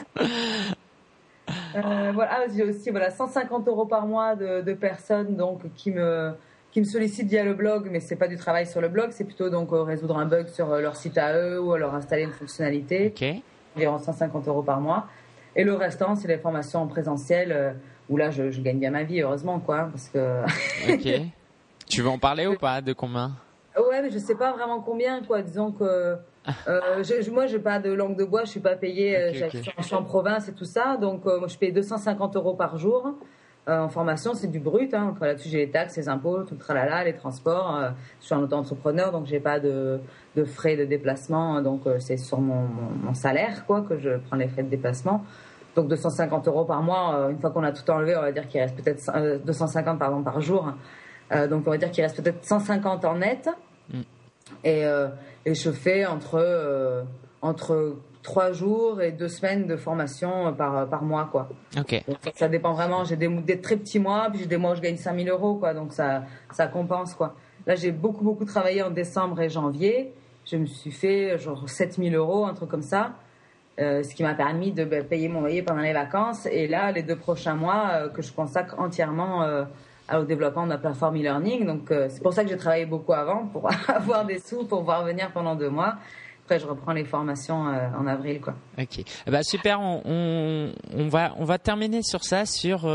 Voilà, j'ai aussi 150 € par mois de personnes donc qui me sollicitent via le blog, mais c'est pas du travail sur le blog, c'est plutôt donc résoudre un bug sur leur site à eux ou leur installer une fonctionnalité. Okay. Environ 150 € par mois. Et le restant, c'est les formations en présentiel où là, je gagne bien ma vie, heureusement, quoi, parce que. Ok. Tu veux en parler ou pas? De combien? Ouais, mais je sais pas vraiment combien, quoi. Disons que moi, j'ai pas de langue de bois, je suis pas payée. Je suis en province et tout ça, donc moi, je paye 250 € par jour en formation. C'est du brut. Donc là-dessus, j'ai les taxes, les impôts, tout le tralala, les transports. Je suis un auto-entrepreneur, donc j'ai pas de frais de déplacement. Donc c'est sur mon salaire, quoi, que je prends les frais de déplacement. Donc 250 € par mois. Une fois qu'on a tout enlevé, on va dire qu'il reste peut-être 250 par jour. Donc on va dire qu'il reste peut-être 150 en net. Et je fais entre 3 jours et 2 semaines de formation par mois, quoi. Ok. Donc, ça dépend vraiment. J'ai des très petits mois, puis j'ai des mois où je gagne 5 000 €, quoi. Donc ça compense, quoi. Là, j'ai beaucoup travaillé en décembre et janvier. Je me suis fait genre 7 000 €, un truc comme ça. Ce qui m'a permis de payer mon loyer pendant les vacances. Et là, les 2 prochains mois que je consacre entièrement au développement de la plateforme e-learning. Donc, c'est pour ça que j'ai travaillé beaucoup avant, pour avoir des sous, pour pouvoir venir pendant 2 mois. Après, je reprends les formations en avril, quoi. Ok. Super. On va terminer sur ça.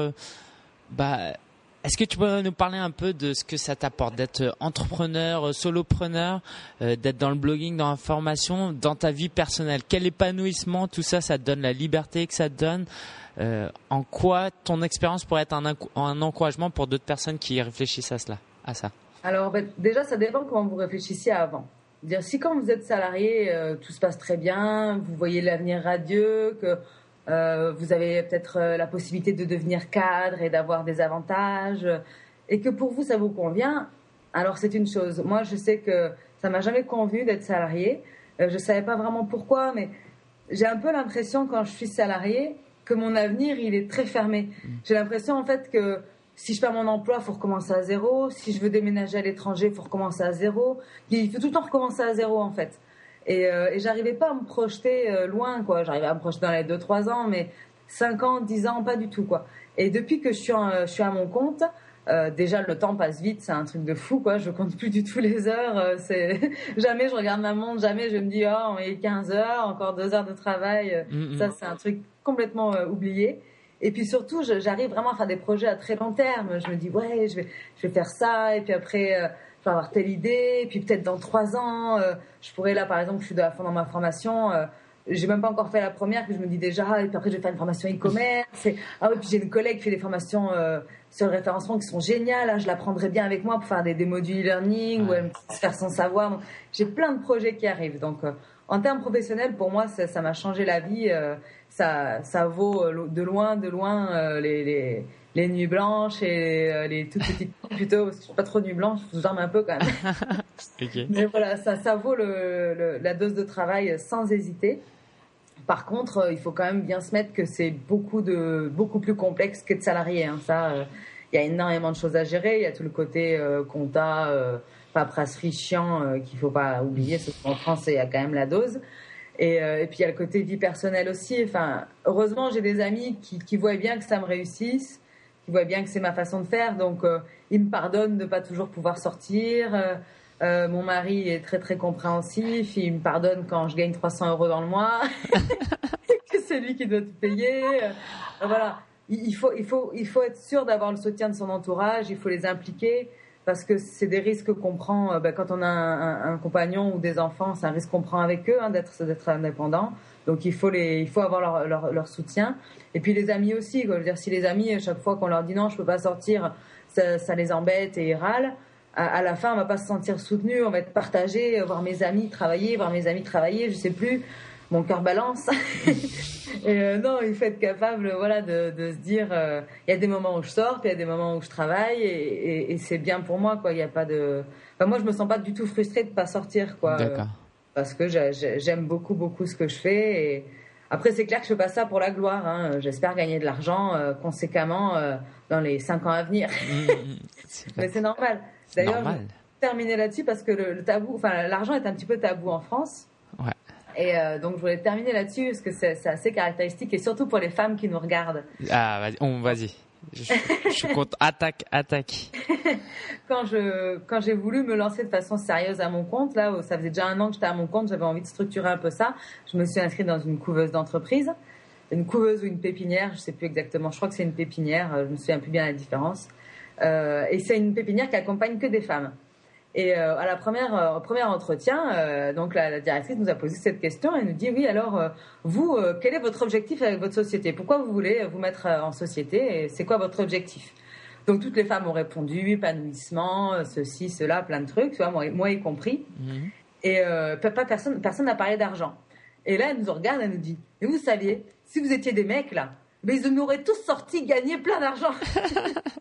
Est-ce que tu peux nous parler un peu de ce que ça t'apporte d'être entrepreneur, solopreneur, d'être dans le blogging, dans la formation, dans ta vie personnelle? Quel épanouissement tout ça te donne, la liberté que ça te donne? En quoi ton expérience pourrait être un encouragement pour d'autres personnes qui réfléchissent à ça? Alors, déjà, ça dépend comment vous réfléchissiez avant. Dire, si quand vous êtes salarié, tout se passe très bien, vous voyez l'avenir radieux, que vous avez peut-être la possibilité de devenir cadre et d'avoir des avantages, et que pour vous ça vous convient, alors c'est une chose. Moi, je sais que ça m'a jamais convenu d'être salarié. Je savais pas vraiment pourquoi, mais j'ai un peu l'impression quand je suis salarié que mon avenir il est très fermé. J'ai l'impression en fait que si je perds mon emploi, il faut recommencer à zéro. Si je veux déménager à l'étranger, il faut recommencer à zéro. Il faut tout le temps recommencer à zéro en fait. Et j'arrivais pas à me projeter loin, quoi. J'arrivais à me projeter dans les 2-3 ans, mais 5 ans, 10 ans, pas du tout, quoi. Et depuis que je suis à mon compte, déjà le temps passe vite, c'est un truc de fou, quoi. Je compte plus du tout les heures. Jamais je regarde ma montre, jamais je me dis on est 15 heures, encore 2 heures de travail. Ça, c'est un truc complètement oublié. Et puis surtout, j'arrive vraiment à faire des projets à très long terme. Je me dis ouais, je vais faire ça, et puis après. Je vais avoir telle idée, et puis peut-être dans 3 ans, je pourrais là, par exemple, je suis à fond dans ma formation, j'ai même pas encore fait la première, puis je me dis déjà, et puis après je vais faire une formation e-commerce, puis j'ai une collègue qui fait des formations sur le référencement qui sont géniales, là, je la prendrai bien avec moi pour faire des modules e-learning, où elle me faire son savoir. Donc, j'ai plein de projets qui arrivent. Donc, en termes professionnels, pour moi, ça m'a changé la vie. Ça vaut de loin les nuits blanches et les toutes petites plutôt, parce que je suis pas trop nuit blanche, je vous dorme un peu quand même. Okay. Mais voilà, ça vaut la dose de travail sans hésiter. Par contre, il faut quand même bien se mettre que c'est beaucoup plus complexe qu'être salarié. Hein. Ça, il y a énormément de choses à gérer. Il y a tout le côté compta, paperasserie chiant qu'il faut pas oublier. Sauf qu'en France, il y a quand même la dose. Et puis il y a le côté vie personnelle aussi. Enfin, heureusement, j'ai des amis qui voient bien que ça me réussisse, qui voient bien que c'est ma façon de faire. Donc, ils me pardonnent de pas toujours pouvoir sortir. Mon mari est très très compréhensif. Il me pardonne quand je gagne 300 € dans le mois, que c'est lui qui doit tout payer. Voilà, il faut être sûr d'avoir le soutien de son entourage. Il faut les impliquer parce que c'est des risques qu'on prend quand on a un compagnon ou des enfants. C'est un risque qu'on prend avec eux d'être indépendant. Donc il faut avoir leur soutien. Et puis les amis aussi. Quoi. Je veux dire, si les amis, à chaque fois qu'on leur dit non, je peux pas sortir, ça les embête et ils râlent. À la fin, on va pas se sentir soutenu, on va être partagé, voir mes amis travailler, je sais plus, mon cœur balance. Et non, il faut être capable, voilà, de se dire, il y a des moments où je sors, puis il y a des moments où je travaille, et c'est bien pour moi, quoi. Il y a pas de, moi, je me sens pas du tout frustrée de pas sortir, quoi. D'accord. Parce que j'aime beaucoup, beaucoup ce que je fais. Et après, c'est clair que je fais pas ça pour la gloire. Hein. J'espère gagner de l'argent conséquemment dans les 5 ans à venir. Mais c'est normal. D'ailleurs, je vais terminer là-dessus parce que le tabou, enfin, l'argent est un petit peu tabou en France. Ouais. Et donc, je voulais terminer là-dessus parce que c'est assez caractéristique et surtout pour les femmes qui nous regardent. Ah, vas-y. Je compte. Attaque. Quand j'ai voulu me lancer de façon sérieuse à mon compte, là, ça faisait déjà 1 an que j'étais à mon compte, j'avais envie de structurer un peu ça. Je me suis inscrite dans une couveuse d'entreprise. Une couveuse ou une pépinière, je sais plus exactement. Je crois que c'est une pépinière. Je me souviens plus bien la différence. Et c'est une pépinière qui accompagne que des femmes. Et à la premier entretien, donc la directrice nous a posé cette question. Elle nous dit oui, alors vous, quel est votre objectif avec votre société? Pourquoi vous voulez vous mettre en société? Et c'est quoi votre objectif? Donc toutes les femmes ont répondu épanouissement, ceci, cela, plein de trucs, tu vois, moi y compris. Mm-hmm. Et personne n'a parlé d'argent. Et là, elle nous regarde, elle nous dit mais vous saviez, si vous étiez des mecs là, mais ils nous auraient tous sorti gagner plein d'argent.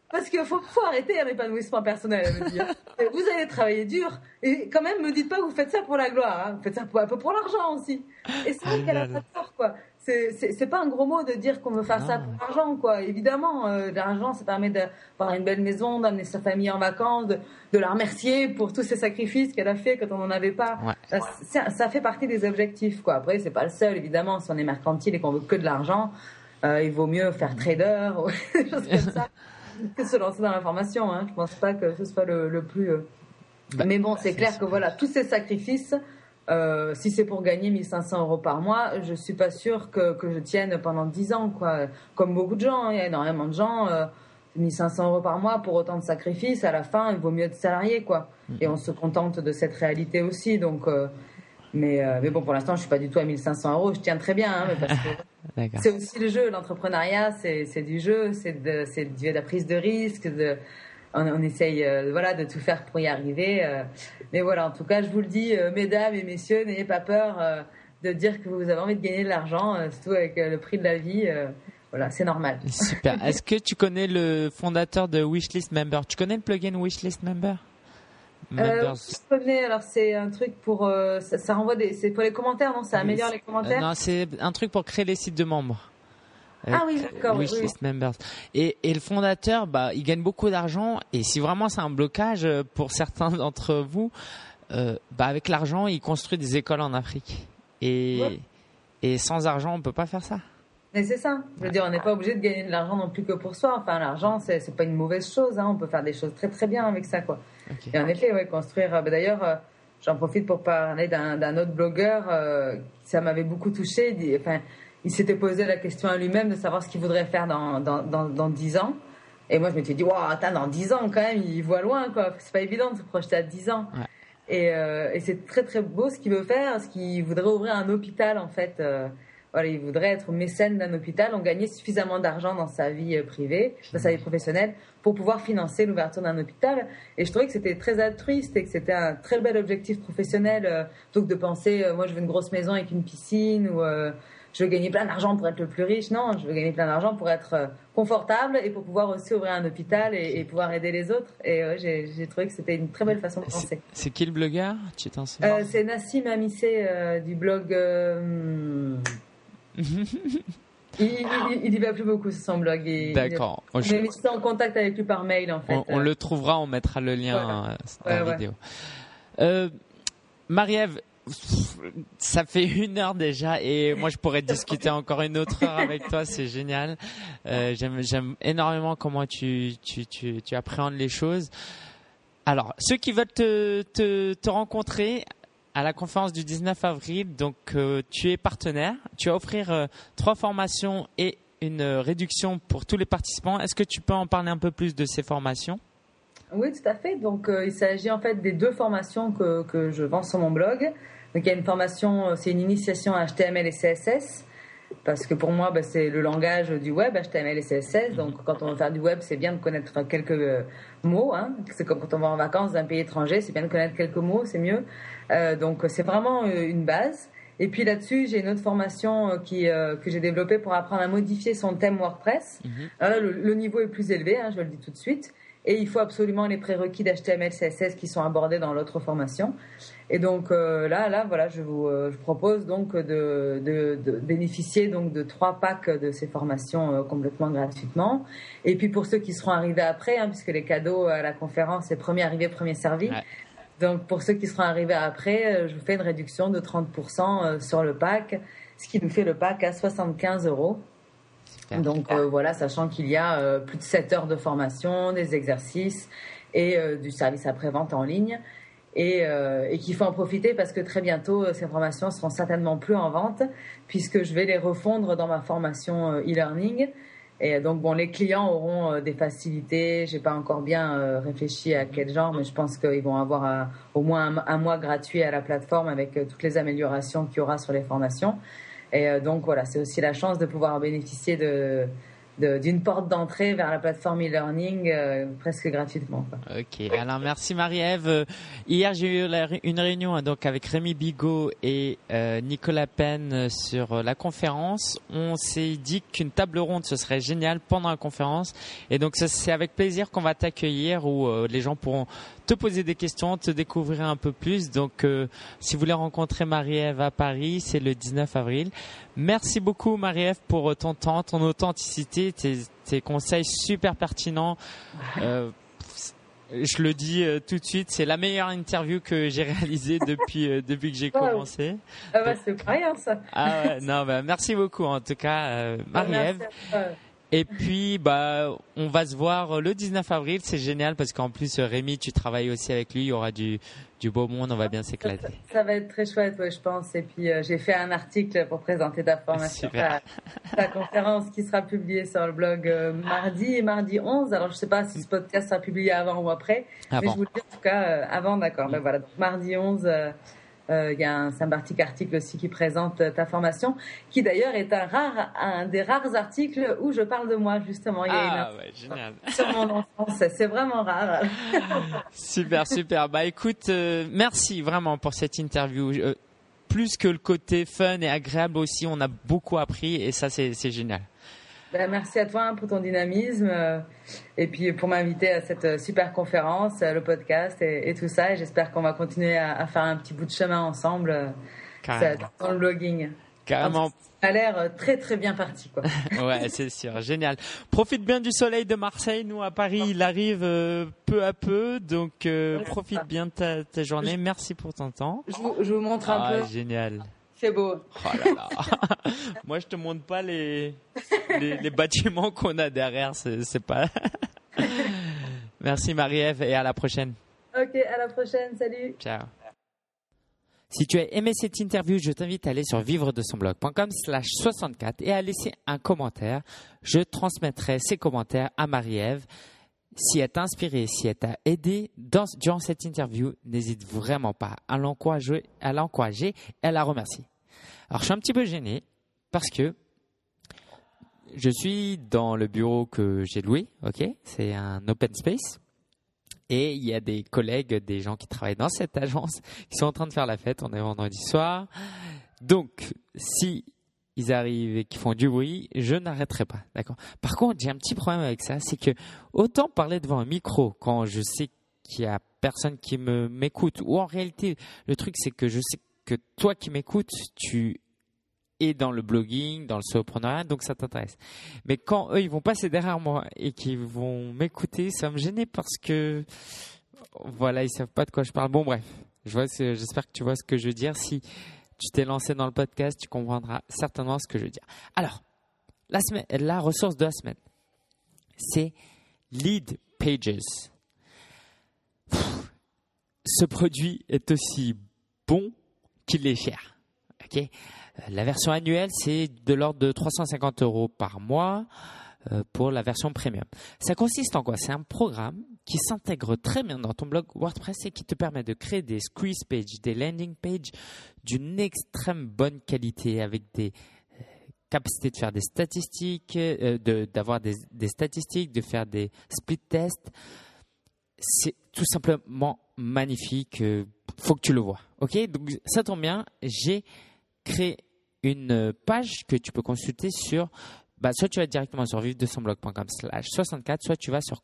Parce qu'il faut arrêter l'épanouissement personnel, elle me dit. Vous allez travailler dur. Et quand même, me dites pas que vous faites ça pour la gloire. Hein. Vous faites ça un peu pour l'argent aussi. Et c'est vrai qu'elle a pas tort, quoi. C'est pas un gros mot de dire qu'on veut faire ça pour l'argent, quoi. Évidemment, l'argent, ça permet d'avoir une belle maison, d'amener sa famille en vacances, de la remercier pour tous ces sacrifices qu'elle a fait quand on n'en avait pas. Ouais. Ça fait partie des objectifs, quoi. Après, c'est pas le seul, évidemment. Si on est mercantile et qu'on veut que de l'argent, il vaut mieux faire trader ou des choses comme ça que se lancer dans la formation. Hein. Je pense pas que ce soit le plus... Mais bon, c'est clair que voilà, tous ces sacrifices... si c'est pour gagner 1 500 € par mois, je suis pas sûre que je tienne pendant 10 ans, quoi. Comme beaucoup de gens, il y a énormément de gens, 1 500 € par mois pour autant de sacrifices, à la fin, il vaut mieux être salarié, quoi. Et on se contente de cette réalité aussi, donc. Mais bon, pour l'instant, je suis pas du tout à 1 500 €. Je tiens très bien, hein, parce que c'est aussi le jeu, l'entrepreneuriat, c'est du jeu, c'est de la prise de risque, on essaye de tout faire pour y arriver. Mais voilà, en tout cas, je vous le dis, mesdames et messieurs, n'ayez pas peur de dire que vous avez envie de gagner de l'argent, surtout avec le prix de la vie. Voilà, c'est normal. Super. Est-ce que tu connais le fondateur de Wishlist Member? Tu connais le plugin Wishlist Member? Je connais. Alors, c'est un truc pour... ça renvoie c'est pour les commentaires, non? Ça améliore les commentaires? Non, c'est un truc pour créer les sites de membres. Ah oui, d'accord. Wishlist Members. Et le fondateur, il gagne beaucoup d'argent. Et si vraiment c'est un blocage pour certains d'entre vous, avec l'argent, il construit des écoles en Afrique. Et sans argent, on peut pas faire ça. Mais c'est ça. Je veux dire, on n'est pas obligé de gagner de l'argent non plus que pour soi. Enfin, l'argent, c'est pas une mauvaise chose. Hein. On peut faire des choses très très bien avec ça, quoi. Okay. Et en effet, construire. D'ailleurs, j'en profite pour parler d'un autre blogueur. Ça m'avait beaucoup touché. Il s'était posé la question à lui-même de savoir ce qu'il voudrait faire dans 10 ans. Et moi, je m'étais dit, attends, dans 10 ans, quand même, il voit loin, quoi. C'est pas évident de se projeter à 10 ans. Ouais. Et c'est très, très beau ce qu'il veut faire, parce qu'il voudrait ouvrir un hôpital, en fait. Il voudrait être mécène d'un hôpital, on gagnait suffisamment d'argent dans sa vie privée, dans sa vie professionnelle, pour pouvoir financer l'ouverture d'un hôpital. Et je trouvais que c'était très altruiste et que c'était un très bel objectif professionnel, plutôt que de penser, moi, je veux une grosse maison avec une piscine, ou... je veux gagner plein d'argent pour être le plus riche. Non, je veux gagner plein d'argent pour être confortable et pour pouvoir aussi ouvrir un hôpital et pouvoir aider les autres. Et j'ai trouvé que c'était une très belle façon de penser. C'est qui le blogueur? Tu t'en souviens? C'est Nassim Amissé du blog... il y va plus beaucoup sur son blog. D'accord. J'ai mis ça en contact avec lui par mail, en fait. On le trouvera, on mettra le lien dans la vidéo. Marie-Ève, ça fait 1 heure déjà et moi je pourrais discuter encore une autre heure avec toi, c'est génial. J'aime énormément comment tu appréhendes les choses. Alors, ceux qui veulent te rencontrer à la conférence du 19 avril, donc tu es partenaire, tu vas offrir 3 formations et une réduction pour tous les participants. Est-ce que tu peux en parler un peu plus de ces formations? Oui, tout à fait. Donc, il s'agit en fait des 2 formations que je vends sur mon blog. Donc, il y a une formation, c'est une initiation à HTML et CSS, parce que pour moi, c'est le langage du web, HTML et CSS. Donc, quand on veut faire du web, c'est bien de connaître quelques mots. Hein. C'est comme quand on va en vacances dans un pays étranger, c'est bien de connaître quelques mots, c'est mieux. Donc, c'est vraiment une base. Et puis là-dessus, j'ai une autre formation que j'ai développée pour apprendre à modifier son thème WordPress. Alors là, le niveau est plus élevé, hein, je le dis tout de suite. Et il faut absolument les prérequis d'HTML, CSS qui sont abordés dans l'autre formation. Et donc là, voilà, je propose donc de bénéficier donc de 3 packs de ces formations complètement gratuitement. Et puis pour ceux qui seront arrivés après, hein, puisque les cadeaux à la conférence, c'est premier arrivé, premier servi. Ouais. Donc pour ceux qui seront arrivés après, je vous fais une réduction de 30% sur le pack, ce qui nous fait le pack à 75 €. Donc voilà, sachant qu'il y a plus de 7 heures de formation, des exercices et du service après-vente en ligne et qu'il faut en profiter parce que très bientôt ces formations seront certainement plus en vente puisque je vais les refondre dans ma formation e-learning. Et donc les clients auront des facilités. J'ai pas encore bien réfléchi à quel genre, mais je pense qu'ils vont avoir au moins un mois gratuit à la plateforme avec toutes les améliorations qu'il y aura sur les formations. Et donc voilà, c'est aussi la chance de pouvoir bénéficier d'une porte d'entrée vers la plateforme e-learning presque gratuitement, quoi. Ok, alors merci Marie-Ève. Hier j'ai eu une réunion donc avec Rémi Bigot et Nicolas Penn sur la conférence. On s'est dit qu'une table ronde ce serait génial pendant la conférence et donc c'est avec plaisir qu'on va t'accueillir où les gens pourront te poser des questions, te découvrir un peu plus. Donc si vous voulez rencontrer Marie-Ève à Paris, c'est le 19 avril. Merci beaucoup Marie-Ève pour ton temps, ton authenticité, tes conseils super pertinents. Je le dis tout de suite, c'est la meilleure interview que j'ai réalisée depuis que j'ai commencé. Ah bah, c'est pas rien ça. Ah ouais, non, bah, merci beaucoup en tout cas Marie-Ève. Et puis on va se voir le 19 avril, c'est génial parce qu'en plus Rémi, tu travailles aussi avec lui, il y aura du beau monde, on va bien s'éclater. Ça va être très chouette, ouais, je pense. Et puis j'ai fait un article pour présenter ta formation, ta conférence qui sera publiée sur le blog mardi 11. Alors je sais pas si ce podcast sera publié avant ou après, mais je vous le dis en tout cas avant, d'accord. Ben voilà, donc mardi 11. Il y a un sympathique article aussi qui présente ta formation, qui d'ailleurs est un des rares articles où je parle de moi, justement. Il y a génial. Sur mon enfance, c'est vraiment rare. Super. Bah écoute, merci vraiment pour cette interview. Plus que le côté fun et agréable aussi, on a beaucoup appris et ça c'est génial. Ben, merci à toi pour ton dynamisme et puis pour m'inviter à cette super conférence, le podcast et tout ça. Et j'espère qu'on va continuer à faire un petit bout de chemin ensemble dans le blogging. Carrément. Ça a l'air très très bien parti, quoi. Ouais, c'est sûr, génial. Profite bien du soleil de Marseille. Nous à Paris, il arrive peu à peu, donc profite bien de ta journée. Merci pour ton temps. Je vous montre un peu. Génial. C'est beau. Oh là là. Moi, je te montre pas les bâtiments qu'on a derrière. C'est pas. Merci Marie-Ève et à la prochaine. Ok, à la prochaine. Salut. Ciao. Si tu as aimé cette interview, je t'invite à aller sur vivredesonblog.com/64 et à laisser un commentaire. Je transmettrai ces commentaires à Marie-Ève. Si elle t'a inspiré, si elle t'a aidé durant cette interview, n'hésite vraiment pas à l'encourager et à la remercier. Alors, je suis un petit peu gêné parce que je suis dans le bureau que j'ai loué, ok ? C'est un open space. Et il y a des collègues, des gens qui travaillent dans cette agence qui sont en train de faire la fête. On est vendredi soir. Donc, si ils arrivent et qu'ils font du bruit, je n'arrêterai pas, d'accord ? Par contre, j'ai un petit problème avec ça, c'est que autant parler devant un micro quand je sais qu'il y a personne qui m'écoute, ou en réalité, le truc c'est que je sais que toi qui m'écoutes, tu es dans le blogging, dans le soloprenariat, donc ça t'intéresse. Mais quand eux, ils vont passer derrière moi et qu'ils vont m'écouter, ça va me gêner parce que, voilà, ils savent pas de quoi je parle. Bon, bref, j'espère que tu vois ce que je veux dire. Si tu t'es lancé dans le podcast, tu comprendras certainement ce que je veux dire. Alors, la ressource de la semaine, c'est Lead Pages. Ce produit est aussi bon qu'il est cher. Okay ? La version annuelle, c'est de l'ordre de 350 € par mois pour la version premium. Ça consiste en quoi ? C'est un programme qui s'intègre très bien dans ton blog WordPress et qui te permet de créer des squeeze pages, des landing pages d'une extrême bonne qualité avec des capacités de faire des statistiques, d'avoir des statistiques, de faire des split tests. C'est tout simplement magnifique. Faut que tu le vois. Ok ? Donc ça tombe bien. J'ai créé une page que tu peux consulter sur, soit tu vas directement sur vivredesonblog.com/64, soit tu vas sur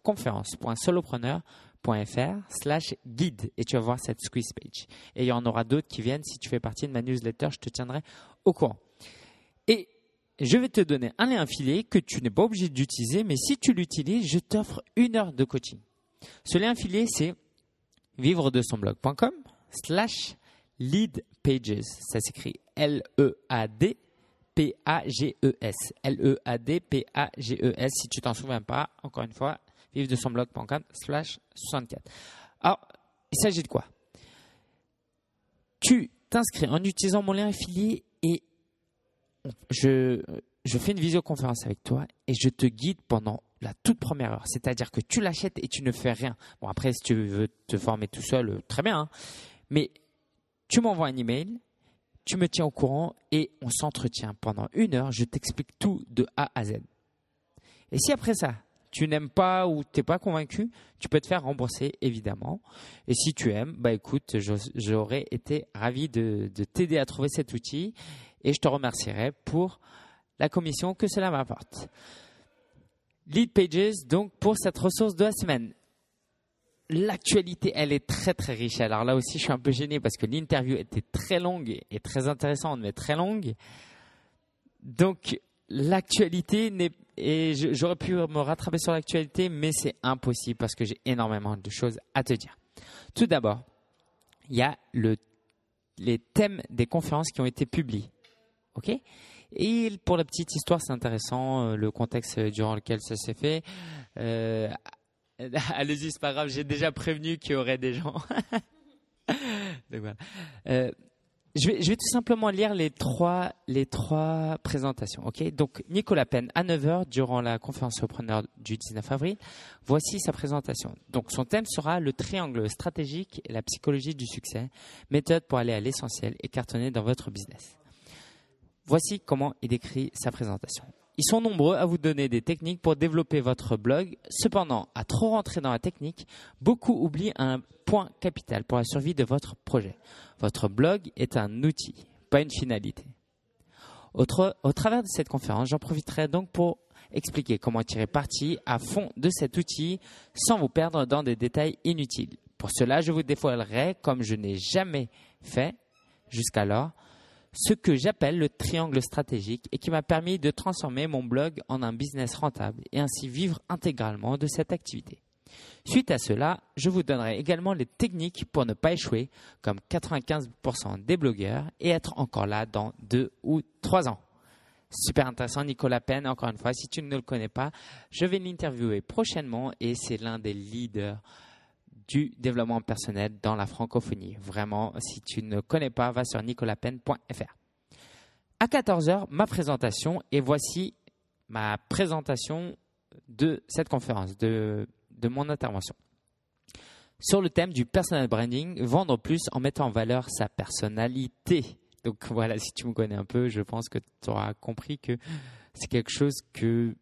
conférence.solopreneur.fr/guide et tu vas voir cette squeeze page. Et il y en aura d'autres qui viennent. Si tu fais partie de ma newsletter, je te tiendrai au courant. Et je vais te donner un lien affilié que tu n'es pas obligé d'utiliser, mais si tu l'utilises, je t'offre 1 heure de coaching. Ce lien affilié, c'est vivredesonblog.com/lead pages. Ça s'écrit LEADPAGES. LEADPAGES. Si tu t'en souviens pas, encore une fois, vivredesonblog.com/64. Alors, il s'agit de quoi ? Tu t'inscris en utilisant mon lien affilié et je fais une visioconférence avec toi et je te guide pendant la toute première heure. C'est-à-dire que tu l'achètes et tu ne fais rien. Bon, après, si tu veux te former tout seul, très bien. Hein. Mais tu m'envoies un email, tu me tiens au courant et on s'entretient pendant 1 heure. Je t'explique tout de A à Z. Et si après ça, tu n'aimes pas ou tu n'es pas convaincu, tu peux te faire rembourser, évidemment. Et si tu aimes, écoute, j'aurais été ravi de t'aider à trouver cet outil et je te remercierai pour la commission que cela m'apporte. Lead Pages, donc, pour cette ressource de la semaine. L'actualité, elle est très, très riche. Alors là aussi, je suis un peu gêné parce que l'interview était très longue et très intéressante, mais très longue. Donc, l'actualité j'aurais pu me rattraper sur l'actualité, mais c'est impossible parce que j'ai énormément de choses à te dire. Tout d'abord, il y a les thèmes des conférences qui ont été publiés. OK ? Et pour la petite histoire, c'est intéressant, le contexte durant lequel ça s'est fait. Allez-y, c'est pas grave, j'ai déjà prévenu qu'il y aurait des gens. Donc voilà. Je vais tout simplement lire les trois présentations. Ok. Donc Nicolas Penn à 9h durant la conférence Surpreneur du 19 avril. Voici sa présentation. Donc son thème sera le triangle stratégique et la psychologie du succès, méthode pour aller à l'essentiel et cartonner dans votre business. Voici comment il décrit sa présentation. Ils sont nombreux à vous donner des techniques pour développer votre blog. Cependant, à trop rentrer dans la technique, beaucoup oublient un point capital pour la survie de votre projet. Votre blog est un outil, pas une finalité. Au travers de cette conférence, j'en profiterai donc pour expliquer comment tirer parti à fond de cet outil sans vous perdre dans des détails inutiles. Pour cela, je vous dévoilerai, comme je n'ai jamais fait jusqu'alors, ce que j'appelle le triangle stratégique et qui m'a permis de transformer mon blog en un business rentable et ainsi vivre intégralement de cette activité. Suite à cela, je vous donnerai également les techniques pour ne pas échouer comme 95% des blogueurs et être encore là dans 2 ou 3 ans. Super intéressant, Nicolas Penn, encore une fois, si tu ne le connais pas, je vais l'interviewer prochainement et c'est l'un des leaders du développement personnel dans la francophonie. Vraiment, si tu ne connais pas, va sur nicolaspenn.fr. À 14h, ma présentation et voici ma présentation de cette conférence, de mon intervention. Sur le thème du personal branding, vendre plus en mettant en valeur sa personnalité. Donc voilà, si tu me connais un peu, je pense que tu auras compris que c'est quelque chose que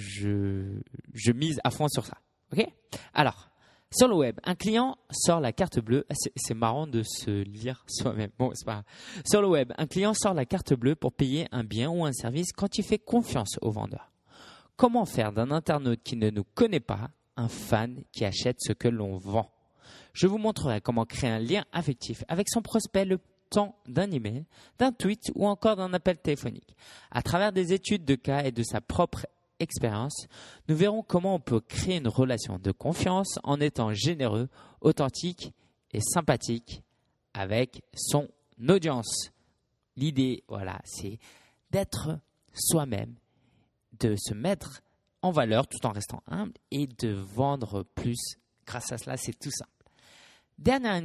je mise à fond sur ça. Ok ? Alors, sur le web, un client sort la carte bleue. C'est marrant de se lire soi-même. Bon, c'est pas grave. Sur le web, un client sort la carte bleue pour payer un bien ou un service quand il fait confiance au vendeur. Comment faire d'un internaute qui ne nous connaît pas un fan qui achète ce que l'on vend ? Je vous montrerai comment créer un lien affectif avec son prospect le temps d'un email, d'un tweet ou encore d'un appel téléphonique. À travers des études de cas et de sa propre expérience, nous verrons comment on peut créer une relation de confiance en étant généreux, authentique et sympathique avec son audience. L'idée, voilà, c'est d'être soi-même, de se mettre en valeur tout en restant humble et de vendre plus. Grâce à cela, c'est tout simple. Dernière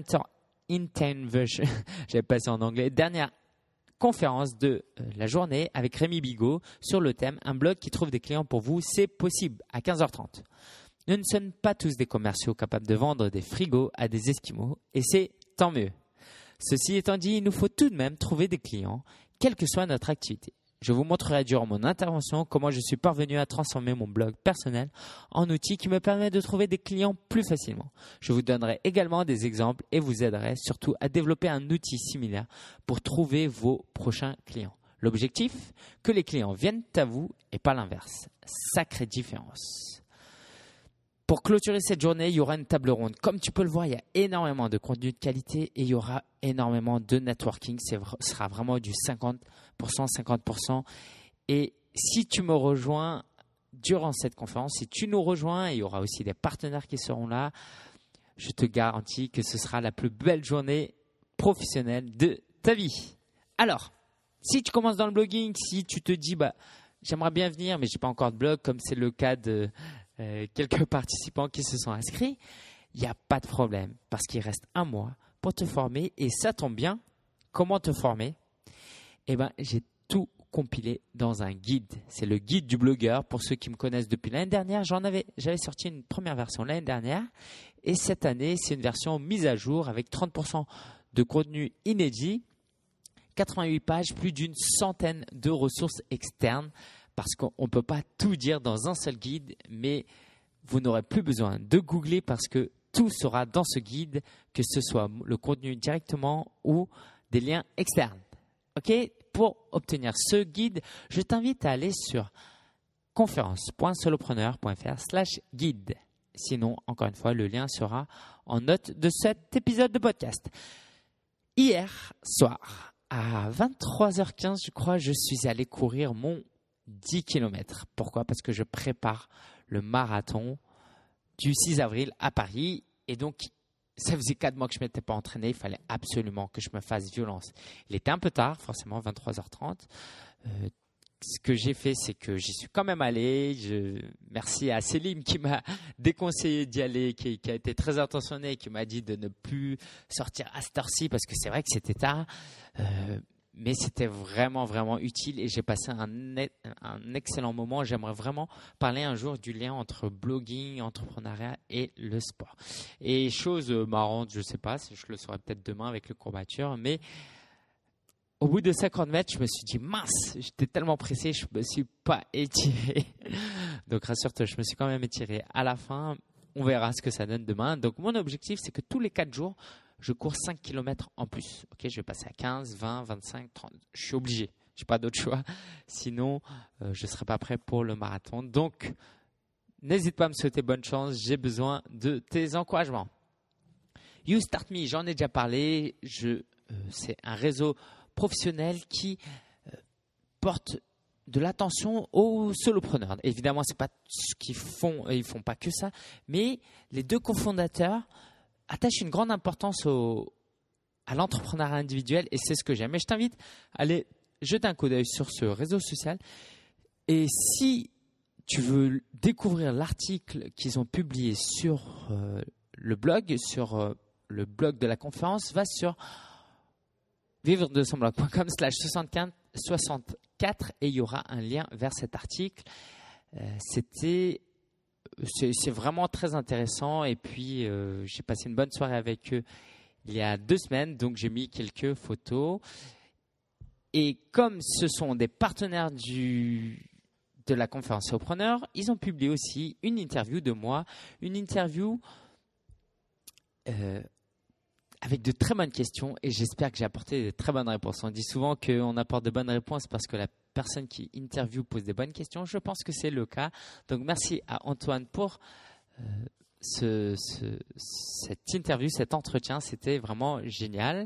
version, j'avais passé en anglais, dernière conférence de la journée avec Rémi Bigot sur le thème « Un blog qui trouve des clients pour vous, c'est possible » à 15h30. Nous ne sommes pas tous des commerciaux capables de vendre des frigos à des Esquimaux et c'est tant mieux. Ceci étant dit, il nous faut tout de même trouver des clients, quelle que soit notre activité. Je vous montrerai durant mon intervention comment je suis parvenu à transformer mon blog personnel en outil qui me permet de trouver des clients plus facilement. Je vous donnerai également des exemples et vous aiderai surtout à développer un outil similaire pour trouver vos prochains clients. L'objectif, que les clients viennent à vous et pas l'inverse. Sacrée différence. Pour clôturer cette journée, il y aura une table ronde. Comme tu peux le voir, il y a énormément de contenu de qualité et il y aura énormément de networking. Ce sera vraiment du 50%, 50%. Et si tu me rejoins durant cette conférence, si tu nous rejoins, il y aura aussi des partenaires qui seront là. Je te garantis que ce sera la plus belle journée professionnelle de ta vie. Alors, si tu commences dans le blogging, si tu te dis j'aimerais bien venir, mais je n'ai pas encore de blog, comme c'est le cas de quelques participants qui se sont inscrits, il n'y a pas de problème parce qu'il reste 1 mois pour te former et ça tombe bien. Comment te former ? J'ai tout compilé dans un guide. C'est le guide du blogueur. Pour ceux qui me connaissent depuis l'année dernière, j'avais sorti une première version l'année dernière et cette année, c'est une version mise à jour avec 30% de contenu inédit, 88 pages, plus d'100 de ressources externes parce qu'on ne peut pas tout dire dans un seul guide, mais vous n'aurez plus besoin de googler parce que tout sera dans ce guide, que ce soit le contenu directement ou des liens externes. OK ? Pour obtenir ce guide, je t'invite à aller sur conférence.solopreneur.fr/guide. Sinon, encore une fois, le lien sera en note de cet épisode de podcast. Hier soir, à 23h15, je crois, je suis allé courir mon 10 km. Pourquoi ? Parce que je prépare le marathon du 6 avril à Paris. Et donc, ça faisait 4 mois que je ne m'étais pas entraîné. Il fallait absolument que je me fasse violence. Il était un peu tard, forcément, 23h30. Ce que j'ai fait, c'est que j'y suis quand même allé. Merci à Céline qui m'a déconseillé d'y aller, qui a été très intentionnée et qui m'a dit de ne plus sortir à cette heure-ci parce que c'est vrai que c'était tard. Mais c'était vraiment, vraiment utile et j'ai passé un excellent moment. J'aimerais vraiment parler un jour du lien entre blogging, entrepreneuriat et le sport. Et chose marrante, je ne sais pas, je le saurai peut-être demain avec le courbature, mais au bout de 50 mètres, je me suis dit mince, j'étais tellement pressé, je ne me suis pas étiré. Donc rassure-toi, je me suis quand même étiré à la fin. On verra ce que ça donne demain. Donc mon objectif, c'est que tous les 4 jours, je cours 5 km en plus. Okay, je vais passer à 15, 20, 25, 30. Je suis obligé. Je n'ai pas d'autre choix. Sinon, je ne serai pas prêt pour le marathon. Donc, n'hésite pas à me souhaiter bonne chance. J'ai besoin de tes encouragements. You Start Me, j'en ai déjà parlé. C'est un réseau professionnel qui porte de l'attention aux solopreneurs. Évidemment, c'est pas ce qu'ils font. Ils font pas que ça. Mais les 2 cofondateurs attache une grande importance à l'entrepreneuriat individuel et c'est ce que j'aime. Mais je t'invite à aller jeter un coup d'œil sur ce réseau social. Et si tu veux découvrir l'article qu'ils ont publié sur le blog de la conférence, va sur vivredesonblog.com/64 et il y aura un lien vers cet article. C'est vraiment très intéressant et puis j'ai passé une bonne soirée avec eux il y a 2 semaines, donc j'ai mis quelques photos et comme ce sont des partenaires de la conférence Solopreneur, ils ont publié aussi une interview de moi, une interview avec de très bonnes questions et j'espère que j'ai apporté de très bonnes réponses. On dit souvent qu'on apporte de bonnes réponses parce que la personne qui interviewe pose des bonnes questions. Je pense que c'est le cas. Donc, merci à Antoine pour cette interview, cet entretien. C'était vraiment génial.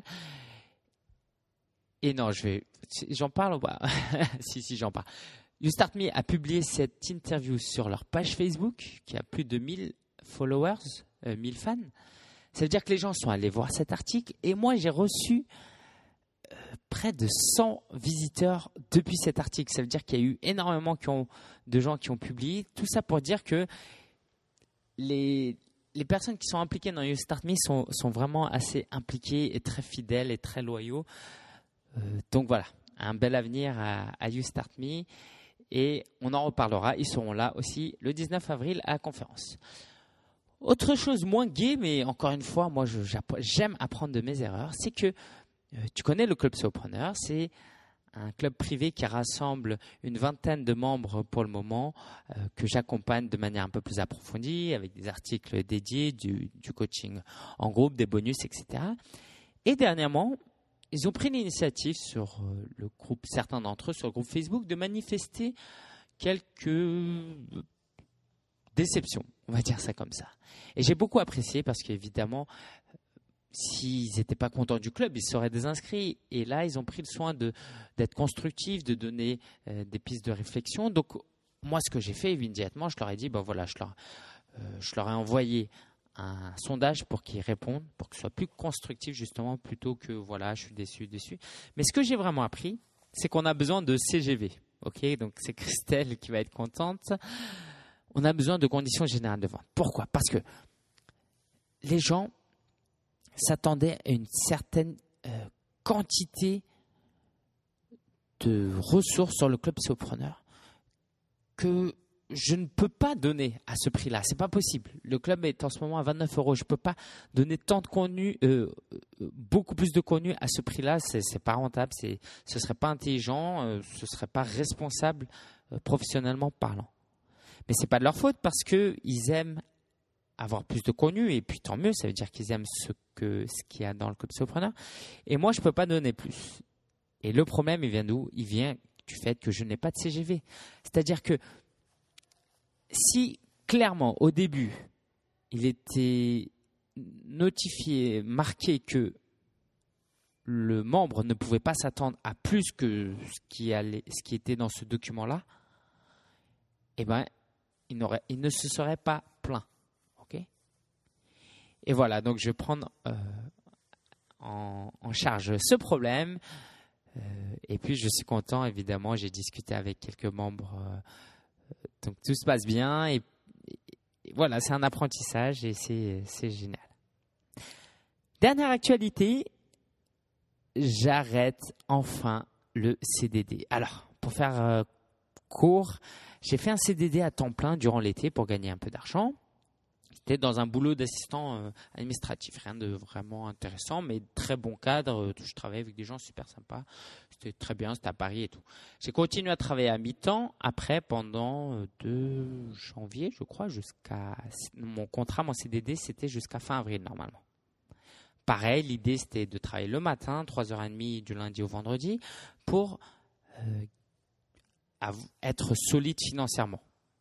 Et non, j'en parle ou pas? Si, j'en parle. You Start Me a publié cette interview sur leur page Facebook qui a plus de 1000 followers, 1000 fans. Ça veut dire que les gens sont allés voir cet article et moi, j'ai reçu près de 100 visiteurs depuis cet article. Ça veut dire qu'il y a eu énormément de gens qui ont publié. Tout ça pour dire que les personnes qui sont impliquées dans You Start Me sont vraiment assez impliquées et très fidèles et très loyaux. Donc voilà, un bel avenir à You Start Me et on en reparlera. Ils seront là aussi le 19 avril à la conférence. Autre chose moins gai, mais encore une fois, moi j'aime apprendre de mes erreurs, c'est que tu connais le Club Solopreneur, c'est un club privé qui rassemble une vingtaine de membres pour le moment, que j'accompagne de manière un peu plus approfondie, avec des articles dédiés, du coaching en groupe, des bonus, etc. Et dernièrement, ils ont pris l'initiative sur le groupe, certains d'entre eux, sur le groupe Facebook, de manifester quelques déceptions, on va dire ça comme ça. Et j'ai beaucoup apprécié parce qu'évidemment, s'ils n'étaient pas contents du club, ils seraient désinscrits. Et là, ils ont pris le soin d'être constructifs, de donner des pistes de réflexion. Donc, moi, ce que j'ai fait immédiatement, je leur ai dit, voilà, je leur ai envoyé un sondage pour qu'ils répondent, pour que ce soit plus constructif justement, plutôt que voilà, je suis déçu. Mais ce que j'ai vraiment appris, c'est qu'on a besoin de CGV. Ok, donc c'est Christelle qui va être contente. On a besoin de conditions générales de vente. Pourquoi ? Parce que les gens s'attendaient à une certaine quantité de ressources sur le club Solopreneur que je ne peux pas donner à ce prix-là. C'est pas possible. Le club est en ce moment à 29 €. Je peux pas donner tant de contenu, beaucoup plus de contenu à ce prix-là. C'est pas rentable. Ce serait pas intelligent. Ce serait pas responsable professionnellement parlant. Mais c'est pas de leur faute parce que ils aiment avoir plus de contenu et puis tant mieux. Ça veut dire qu'ils aiment ce qu'il y a dans le club Solopreneur. Et moi, je peux pas donner plus. Et le problème, il vient d'où? Il vient du fait que je n'ai pas de CGV. C'est-à-dire que si clairement au début il était notifié, marqué que le membre ne pouvait pas s'attendre à plus que ce qui était dans ce document-là, eh ben il ne se serait pas plaint. Ok ? Et voilà, donc je vais prendre en charge ce problème. Et puis je suis content, évidemment, j'ai discuté avec quelques membres. Donc tout se passe bien et voilà, c'est un apprentissage et c'est génial. Dernière actualité, j'arrête enfin le CDD. Alors, pour faire court, j'ai fait un CDD à temps plein durant l'été pour gagner un peu d'argent. J'étais dans un boulot d'assistant administratif, rien de vraiment intéressant, mais très bon cadre. Je travaillais avec des gens super sympas. C'était très bien, c'était à Paris et tout. J'ai continué à travailler à mi-temps après pendant de janvier, je crois, jusqu'à mon contrat, mon CDD, c'était jusqu'à fin avril normalement. Pareil, l'idée c'était de travailler le matin, 3h30 du lundi au vendredi, pour être solide financièrement.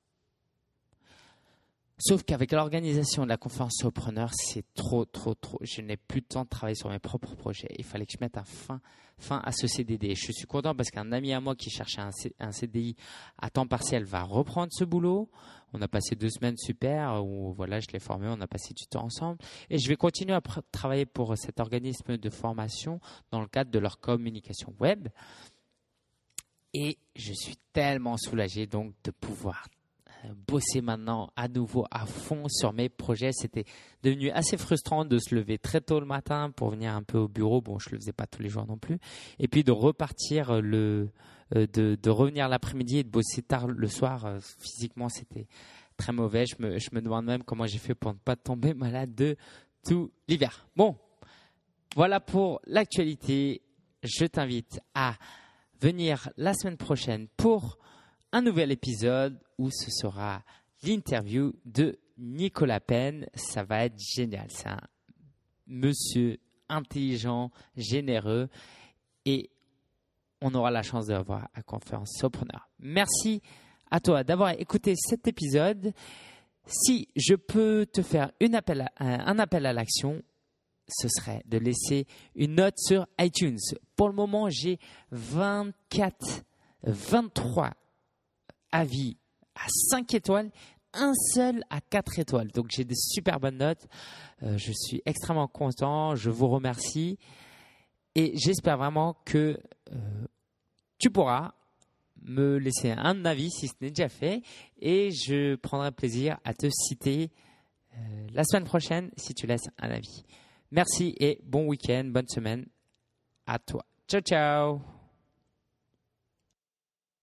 Sauf qu'avec l'organisation de la conférence Solopreneur, c'est trop. Je n'ai plus de temps de travailler sur mes propres projets. Il fallait que je mette fin à ce CDD. Je suis content parce qu'un ami à moi qui cherchait un CDI à temps partiel va reprendre ce boulot. On a passé 2 semaines super où voilà, je l'ai formé, on a passé du temps ensemble. Et je vais continuer à travailler pour cet organisme de formation dans le cadre de leur communication web. Et je suis tellement soulagé donc de pouvoir bosser maintenant à nouveau à fond sur mes projets. C'était devenu assez frustrant de se lever très tôt le matin pour venir un peu au bureau. Bon, je le faisais pas tous les jours non plus. Et puis de repartir de revenir l'après-midi et de bosser tard le soir. Physiquement, c'était très mauvais. Je me demande même comment j'ai fait pour ne pas tomber malade de tout l'hiver. Bon, voilà pour l'actualité. Je t'invite à venir la semaine prochaine pour un nouvel épisode où ce sera l'interview de Nicolas Penn. Ça va être génial. C'est un monsieur intelligent, généreux et on aura la chance de l'avoir à Conférence Solopreneur. Merci à toi d'avoir écouté cet épisode. Si je peux te faire un appel à l'action, ce serait de laisser une note sur iTunes. Pour le moment, j'ai 23 avis à 5 étoiles, un seul à 4 étoiles. Donc, j'ai des super bonnes notes. Je suis extrêmement content. Je vous remercie. Et j'espère vraiment que tu pourras me laisser un avis si ce n'est déjà fait. Et je prendrai plaisir à te citer la semaine prochaine si tu laisses un avis. Merci et bon week-end, bonne semaine à toi. Ciao, ciao!